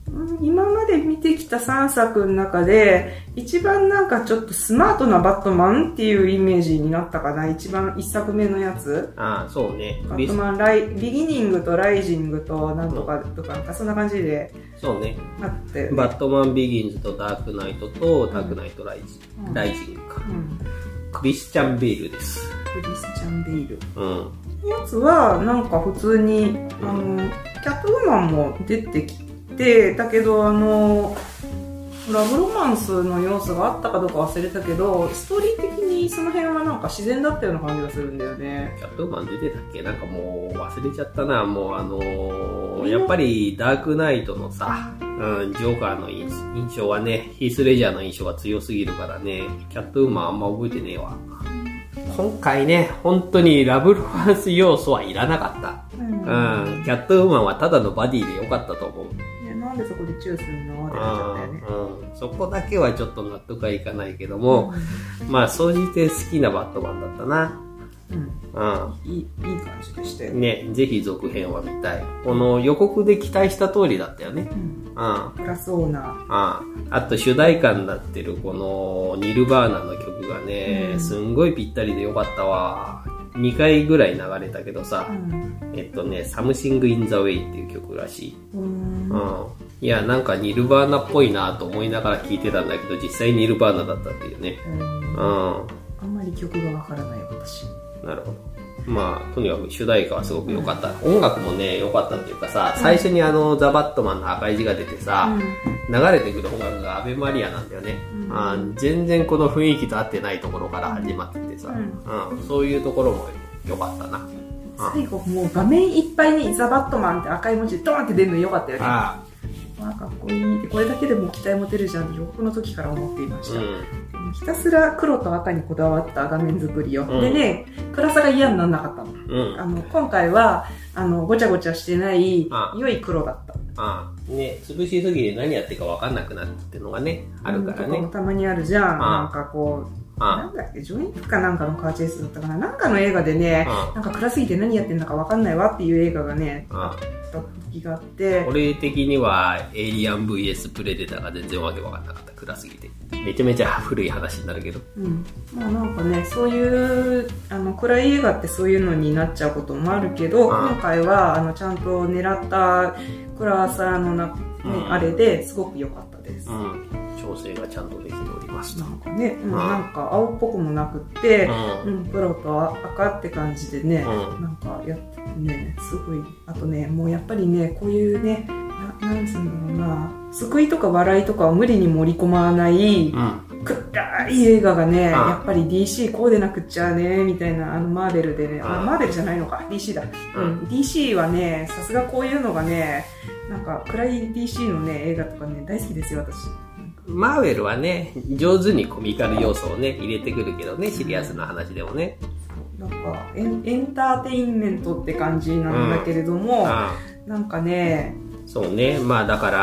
今まで見てきた3作の中で、一番なんかちょっとスマートなバットマンっていうイメージになったかな。一番1作目のやつ。 ああ、そうね。 バットマンビギニングとライジングとなんとかとか、なんかそんな感じで。 そうね。 あって、 バットマンビギンズとダークナイトとダークナイトライジングか。クリスチャン・ベイルです。 クリスチャン・ベイル。 やつは、なんか普通に、キャットウーマンも出てきて、だけどラブロマンスの要素があったかどうか忘れたけど、ストーリー的にその辺はなんか自然だったような感じがするんだよね。 キャットウーマン出てたっけ？なんかもう忘れちゃったな。もうやっぱりダークナイトのさ、ジョーカーの印象はね、ヒース・レジャーの印象が強すぎるからね、キャットウーマンあんま覚えてねえわ。今回ね、本当にラブロマンス要素はいらなかった。キャットウーマンはただのバディでよかったと思う。 なんでそこでチューするのってなっちゃったよね。 そこだけはちょっと納得はいかないけども、まあ、総じて好きなバットマンだったな。 いい感じでしたよね。ぜひ続編は見たい。この予告で期待した通りだったよね。 プラスオーナー。 あと主題歌になってるこのニルバーナの曲がね、すんごいぴったりでよかったわ。2回ぐらい流れたけどさ、Something in the Way っていう曲らしい。いや、なんかニルバーナっぽいなと思いながら聴いてたんだけど、実際ニルバーナだったっていうね。 あんまり曲がわからない私。 なるほど。まあ、とにかく主題歌はすごく良かった。音楽もね、良かったっていうかさ、最初にザ・バットマンの赤い字が出てさ、流れてくる音楽がアベマリアなんだよね。全然この雰囲気と合ってないところから始まっててさ、そういうところも良かったな。 最後もう画面いっぱいにザ・バットマンって赤い文字でドーンって出るの良かったよね。わあ、かっこいい。これだけでも期待持てるじゃんって予告の時から思っていました。ひたすら黒と赤にこだわった画面作りを。でね、暗さが嫌にならなかったの。今回は、ごちゃごちゃしてない、良い黒だった。 ね、潰しすぎて何やってるか分かんなくなるっていうのがね、あるからね。 たまにあるじゃん。なんかこう、なんだっけ、ジョイントかなんかのカーチェイスだったかな。なんかの映画でね、なんか暗すぎて何やってんだか分かんないわっていう映画がね、あった時があって。 俺的には、エイリアン VS プレデターが全然わけ分かんなかった。暗すぎて。めちゃめちゃ古い話になるけど。 まあなんかね、そういう、暗い映画ってそういうのになっちゃうこともあるけど、今回は、ちゃんと狙った暗さのあれですごく良かったです。 調整がちゃんとできておりますと。 なんかね、なんか青っぽくもなくって、黒と赤って感じでね、なんかやってね、すごい。あとね、もうやっぱりね、こういうね、なんつうんだろうな、救いとか笑いとかを無理に盛り込まない、暗い映画がね、やっぱり DC こうでなくっちゃね、みたいな、マーベルでね、マーベルじゃないのか、DC だ。DC はね、さすがこういうのがね、なんか暗い DC のね、映画とかね、大好きですよ、私。 マーベルはね、上手にコミカル要素をね、入れてくるけどね、シリアスな話でもね。 なんかエンターテインメントって感じなんだけれども、なんかね、 そうね。まあだから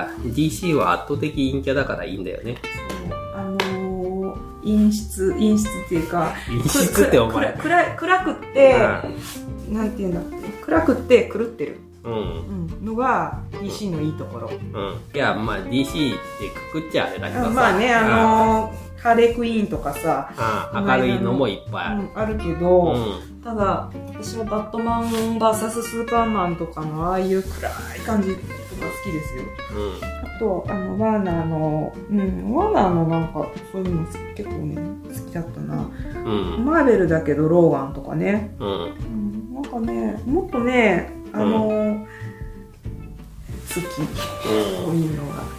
、DC は圧倒的陰キャだからいいんだよね。 陰湿っていうか、 陰湿ってお前。 暗くって、なんていうんだって、暗くって狂ってる。のが DC のいいところ。 いや、まあ DC ってくくっちゃあれだけどさ。 まあね、ハーレークイーンとかさ、 明るいのもいっぱいあるけど、ただ、私はバットマン VS スーパーマンとかのああいう暗い感じとか好きですよ。あと、ワーナーのなんか、そういうの結構ね、好きだったな。マーベルだけど、ローガンとかね。なんかね、もっとね、好き。そういうのが。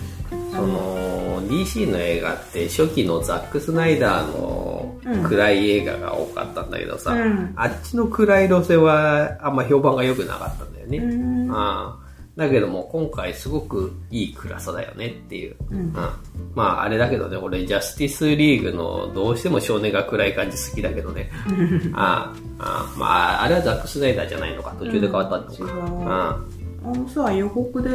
DC の映画って初期のザック・スナイダーの暗い映画が多かったんだけどさ、あっちの暗い路線はあんま評判が良くなかったんだよね。だけども今回すごくいい暗さだよねっていう。まああれだけどね、俺ジャスティスリーグのどうしても少年が暗い感じ好きだけどね。まああれはザック・スナイダーじゃないのか、途中で変わったのか。 さ、予告で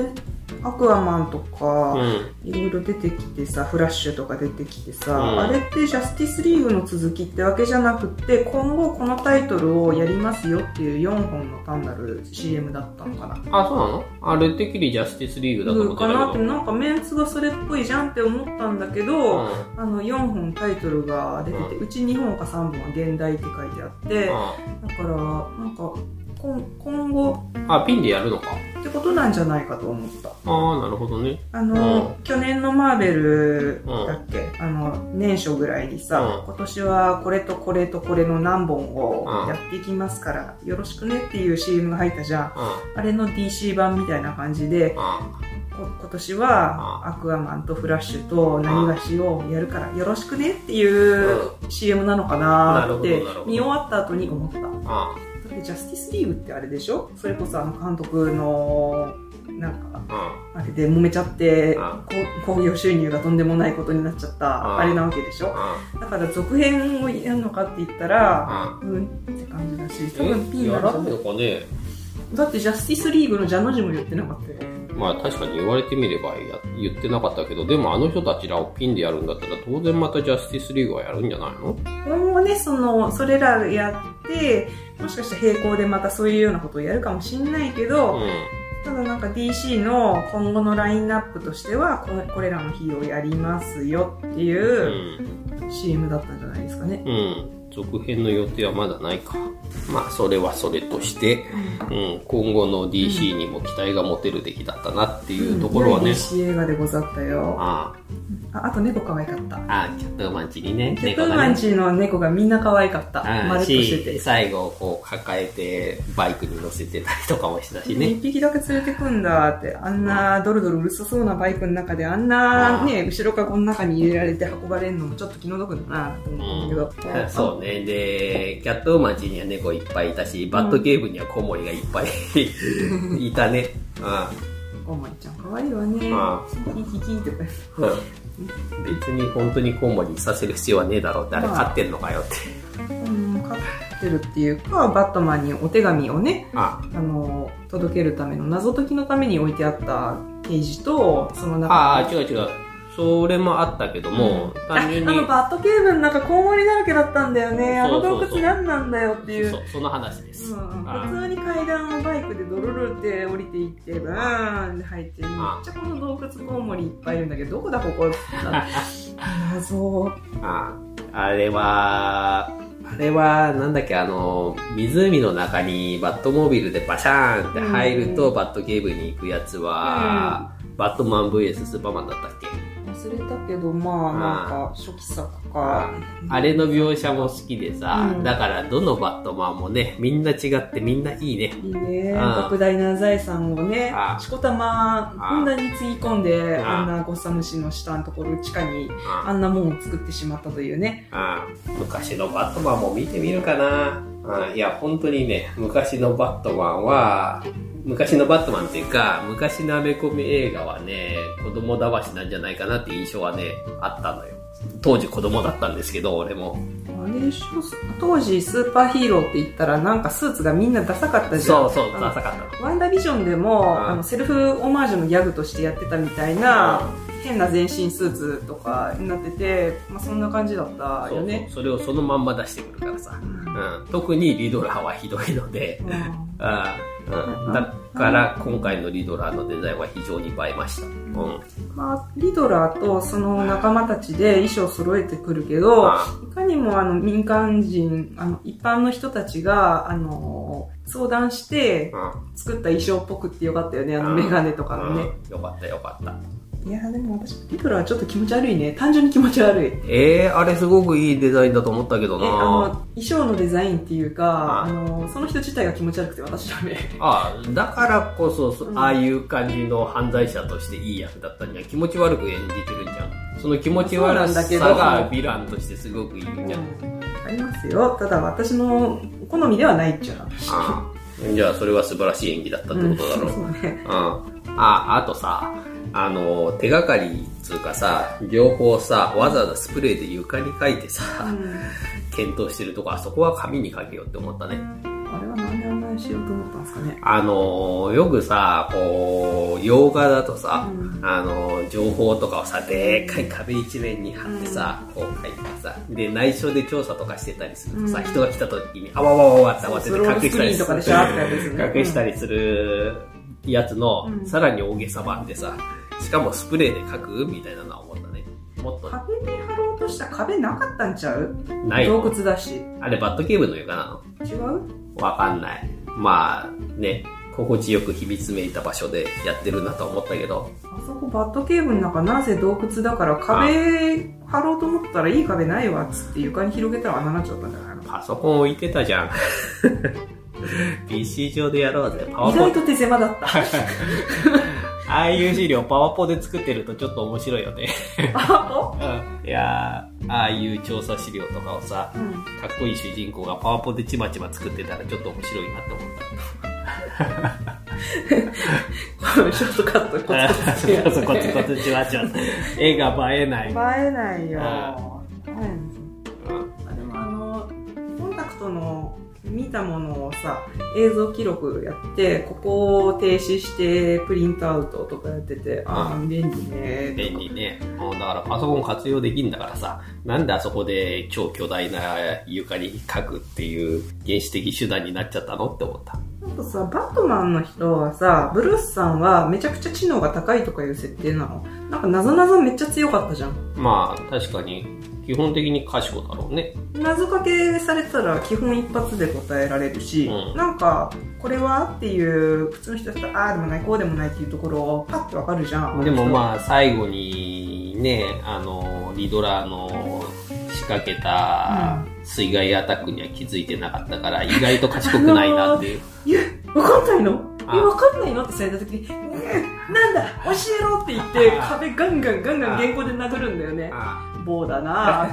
アクアマンとか、いろいろ出てきてさ、フラッシュとか出てきてさ、あれってジャスティスリーグの続きってわけじゃなくて、今後このタイトルをやりますよっていう4本の単なる CM だったのかな。 あ、そうなの？あれてっきりジャスティスリーグだと思ってたけど。 かなって、なんかメンツがそれっぽいじゃんって思ったんだけど、4本タイトルが出てて、うち2本か3本は現代って書いてあって、だから、なんか、今後ピンでやるのかってことなんじゃないかと思った。 なるほどね。 去年のマーベルだっけ、年初ぐらいにさ、今年はこれとこれとこれの何本をやっていきますからよろしくねっていう CM が入ったじゃん。あれの DC 版みたいな感じで、今年はアクアマンとフラッシュと何がしをやるからよろしくねっていう CM なのかなって見終わった後に思った。ジャスティスリーグってあれでしょ？それこそ監督のなんかあれで揉めちゃって興行収入がとんでもないことになっちゃったあれなわけでしょ？だから続編をやるのかって言ったらって感じだし、多分ピンやらんのかね。 だってジャスティスリーグのジャの字も言ってなかったよ。 まあ確かに言われてみれば言ってなかったけど、でもあの人たちらをピンでやるんだったら当然またジャスティスリーグはやるんじゃないの？ 今後ね、それらやって、もしかしたら並行でまたそういうようなことをやるかもしれないけど、ただなんか DC の今後のラインナップとしてはこれらの日をやりますよっていう CM だったんじゃないですかね。 続編の予定はまだないか。まあそれはそれとして、今後の DC にも期待が持てる出来だったなっていうところはね。 DC 映画でござったよ。あと猫可愛かった。 キャットウーマンチにね。 キャットウーマンチの猫がみんな可愛かった。丸っとしてて。 最後こう抱えてバイクに乗せてたりとかもしたしね。 一匹だけ連れてくんだって。あんなドルドルうるさそうなバイクの中であんなね、後ろかごの中に入れられて運ばれるのもちょっと気の毒だなと思うんだけど。 そうね。で、キャットウーマンチには猫いっぱいいたし、バットケーブにはコウモリがいっぱいいたね。 コウモリちゃん可愛いわね。キキキキとか。 別に本当にコウモリさせる必要はねえだろうって、あれ飼ってんのかよって。 飼ってるっていうか、バットマンにお手紙をね、届けるための謎解きのために置いてあったページと、その中違う。それもあったけども、単純に。 バットケーブの中コウモリだらけだったんだよね。洞窟何なんだよっていう。 その話です。 普通に階段をバイクでドルルって降りていって、バーンって入って、めっちゃこの洞窟コウモリいっぱいいるんだけど、どこだここ謎。 あれは、なんだっけ、湖の中にバットモービルでバシャーンって入ると、バットケーブに行くやつは、バットマン VS スーパーマンだったっけ？ 忘れたけど、なんか初期作か。 あれの描写も好きでさ、だからどのバットマンもね、みんな違ってみんないいね。 いいね。莫大な財産をね、しこたま、ふんだんにつぎ込んで、あんなゴッサム市の下のところ、地下にあんなもんを作ってしまったというね。 昔のバットマンも見てみるかな。いや、本当にね、昔のバットマンっていうか、昔のアメコミ映画はね、子供だわしなんじゃないかなって印象はね、あったのよ。当時子供だったんですけど、俺も。 あれでしょ、当時スーパーヒーローって言ったらなんかスーツがみんなダサかったじゃん。 そう、ダサかった。 ワンダービジョンでも、セルフオマージュのギャグとしてやってたみたいな、変な全身スーツとかになってて、そんな感じだったよね。 それをそのまんま出してくるからさ。特にリドラーはひどいので、だから今回のリドラーのデザインは非常に映えました。 リドラーとその仲間たちで衣装を揃えてくるけど、いかにも民間人、一般の人たちが、相談して作った衣装っぽくってよかったよね、メガネとかのね。 よかった。 いやでも私リドラーはちょっと気持ち悪いね。単純に気持ち悪い。 あれすごくいいデザインだと思ったけどな。 衣装のデザインっていうか、その人自体が気持ち悪くて私ダメ。 だからこそ、ああいう感じの犯罪者としていい役だったんじゃん。気持ち悪く演じてるんじゃん。その気持ち悪さがヴィランとしてすごくいいんじゃん。 ありますよ。ただ私の好みではないっちゃう。 じゃあそれは素晴らしい演技だったってことだろう。 そうね。 あとさ、手がかりつうかさ、両方さ、わざわざスプレーで床に書いてさ、検討してるとこ、あそこは紙に書けよって思ったね。 あれはなんであんな談しようと思ったんですかね。 よくさ、こう、洋画だとさ、情報とかをさ、でっかい壁一面に貼ってさ、こう書いてさ、で、内緒で調査とかしてたりするとさ、人が来た時に、あわわわわって慌てて隠したりする。隠したりするやつの、さらに大げさ版でさ、しかもスプレーで書くみたいなのは思ったね。もっと。 壁に貼ろうとした壁なかったんちゃう？ ない。 洞窟だし。 あれ、バットケーブルの床なの？違う？ わかんない。まあ、ね、心地よく秘密めいた場所でやってるなと思ったけど。 あそこバットケーブルの中なぜ洞窟だから壁貼ろうと思ったらいい壁ないわっつって床に広げたら穴になっちゃったんじゃないの？ パソコン置いてたじゃん。PC 上でやろうぜ。 意外と手狭だった。 ああいう資料パワポで作ってるとちょっと面白いよね。 パワポ？ いやー、ああいう調査資料とかをさ、かっこいい主人公がパワポでちまちま作ってたらちょっと面白いなって思った。 ショートカットコツコツちまちま。コツコツちまちま。絵が映えない。 映えないよ。でもコンタクトの見たものをさ、映像記録やって、ここを停止してプリントアウトとかやってて、便利ね。 便利ね。だからパソコン活用できんだからさ、なんであそこで超巨大な床に書くっていう原始的手段になっちゃったのって思った。 あとさ、バットマンの人はさ、ブルースさんはめちゃくちゃ知能が高いとかいう設定なの？なんか謎々めっちゃ強かったじゃん。 まあ、確かに。基本的に賢だろうね。 謎かけされたら基本一発で答えられるし、なんか、これはっていう、普通の人だったら、ああでもない、こうでもないっていうところをパッてわかるじゃん。 でもまあ、最後にね、リドラーの仕掛けた水害アタックには気づいてなかったから、意外と賢くないなっていう。 いや、わかんないの？わかんないのってされた時に、なんだ教えろって言って、壁ガンガン原稿で殴るんだよね。棒だなぁって。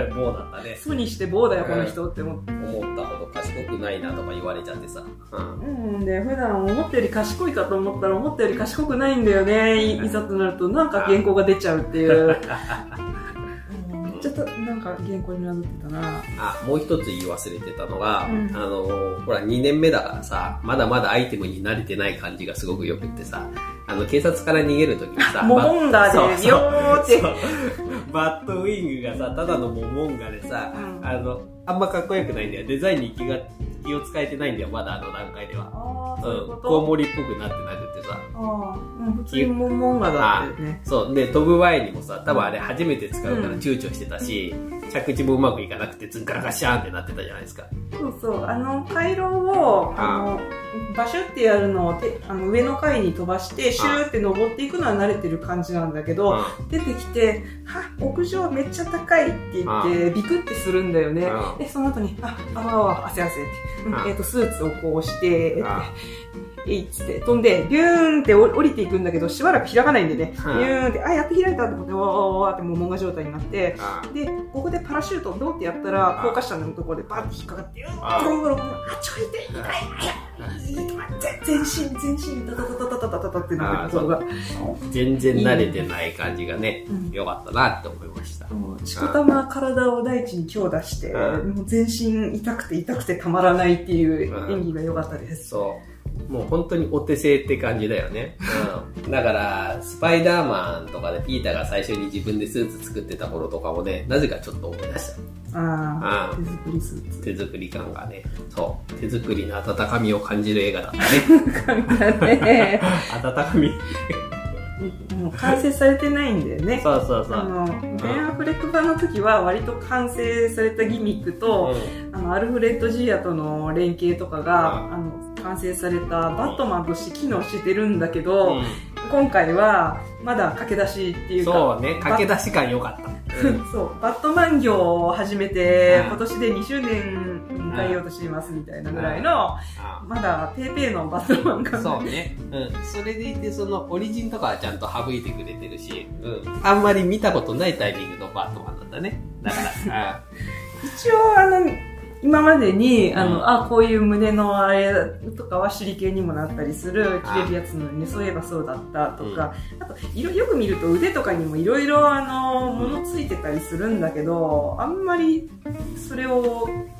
棒だったね。 素にして棒だよ、この人って思ったほど賢くないなとか言われちゃってさ。 で、普段思ったより賢いかと思ったら思ったより賢くないんだよね。いざとなるとなんか原稿が出ちゃうっていう。ちょっとなんか原稿になってたな。 もう一つ言い忘れてたのが、ほら2年目だからさ、まだまだアイテムに慣れてない感じがすごくよくってさ、警察から逃げるときにさ、 モモンガでビヨーって。 バットウィングがさ、ただのモモンガでさ、あんまかっこよくないんだよ。デザインに気を使えてないんだよ、まだ段階では。コウモリっぽくなってなくてさ。 普通にモモンガだってね。 そう。で、飛ぶ前にもさ、多分あれ初めて使うから躊躇してたし、着地もうまくいかなくて、ガラガシャーンってなってたじゃないですか。 そうそう。回廊を、バシュってやるのを上の階に飛ばして、シューって登っていくのは慣れてる感じなんだけど、出てきて、屋上めっちゃ高いって言って、ビクってするんだよね。で、その後に、汗って、スーツをこうして、えいっつって飛んで、ビューンって降りていくんだけど、しばらく開かないんでね、ビューンって、やっと開いたって思って、わーってもうモンガ状態になって、で、ここでパラシュートをどうってやったら、高架下のところでバーって引っかかって、ゴロゴロゴロ、ちょい痛い、全身、ダダダダダダダダってなってるところが。 全然慣れてない感じがね、良かったなって思いました。 しこたま体を大地に強打して、もう全身痛くてたまらないっていう演技が良かったです。 そう。もう本当にお手製って感じだよね。だから、スパイダーマンとかでピーターが最初に自分でスーツ作ってた頃とかもね、なぜかちょっと思い出した。 手作りスーツ。 手作り感がね。そう。手作りの温かみを感じる映画だったね。 感だね。 温かみ。 もう完成されてないんだよね。 そう。 ベン・アフレック版の時は割と完成されたギミックと、アルフレッド・ジーアとの連携とかが、完成されたバットマンとして機能してるんだけど、今回はまだ駆け出しっていうか。 そうね、駆け出し感良かった。 そう、バットマン業を始めて、今年で2周年迎えようとしていますみたいなぐらいの、まだペーペーのバットマン感。 そうね。それでいて、そのオリジンとかはちゃんと省いてくれてるし、あんまり見たことないタイミングのバットマンなんだね。だから、 一応今までに、こういう胸のあれとかは手裏剣にもなったりする、切れるやつのね、そういえばそうだったとか、あと、よく見ると腕とかにもいろいろ物ついてたりするんだけど、あんまりそれを気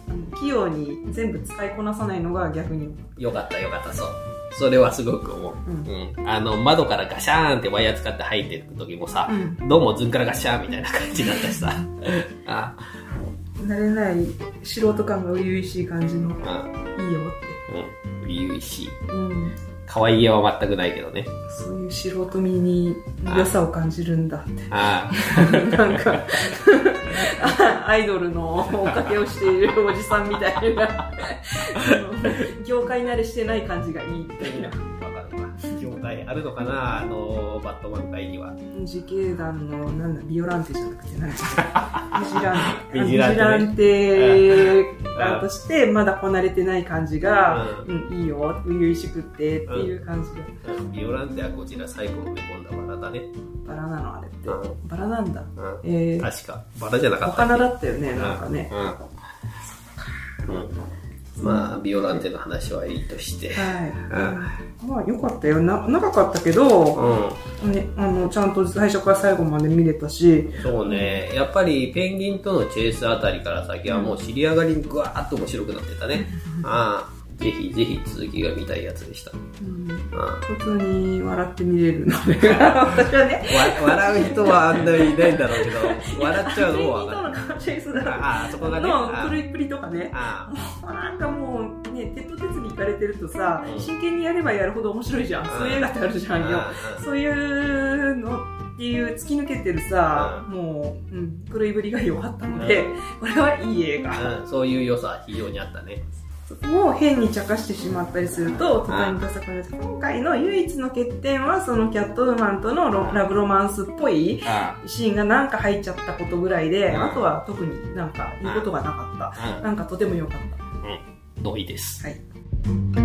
器用に全部使いこなさないのが逆によかった、そう。それはすごく思う。窓からガシャーンってワイヤー使って入っていく時もさ、どうもズンからガシャーンみたいな感じだったしさ。 慣れない素人感が初々しい感じの、いいよって。 初々しい。可愛げは全くないけどね。 そういう素人味に良さを感じるんだって。なんか、アイドルの追っかけをしているおじさんみたいな、業界慣れしてない感じがいいみたいな。 わかるわ。業界あるのかな、バットマン界には。 自警団の、ビオランテじゃなくて何ビジランテとして、まだこなれてない感じが、いいよ、初々しくってっていう感じが。 ビオランテはこちら最後埋め込んだバラだね。 バラなのあれって。バラなんだ。 確か。バラじゃなかった。 お花だったよね、なんかね。 まあ、ビオランテの話はいいとして。 まあ、よかったよ。長かったけど、ちゃんと最初から最後まで見れたし。 そうね。やっぱり、ペンギンとのチェイスあたりから先はもう尻上がりにぐわーっと面白くなってたね。ぜひぜひ続きが見たいやつでした。 普通に笑って見れるので、私はね。 笑う人はあんなにいないんだろうけど、笑っちゃうのもわかる。チェイスだそこがね。 プリプリとかね。なんかもう、ね、手と手に行かれてるとさ、真剣にやればやるほど面白いじゃん。そういう映画ってあるじゃんよ。そういうのっていう突き抜けてるさ、もう、狂いぶりが良かったので、これはいい映画。 そういう良さ非常にあったね。 を変に茶化してしまったりすると途端にダサくなる。今回の唯一の欠点はそのキャットウーマンとのラブロマンスっぽいシーンがなんか入っちゃったことぐらいで、あとは特になんか言うことがなかった。なんかとても良かった。 同意です。 はい。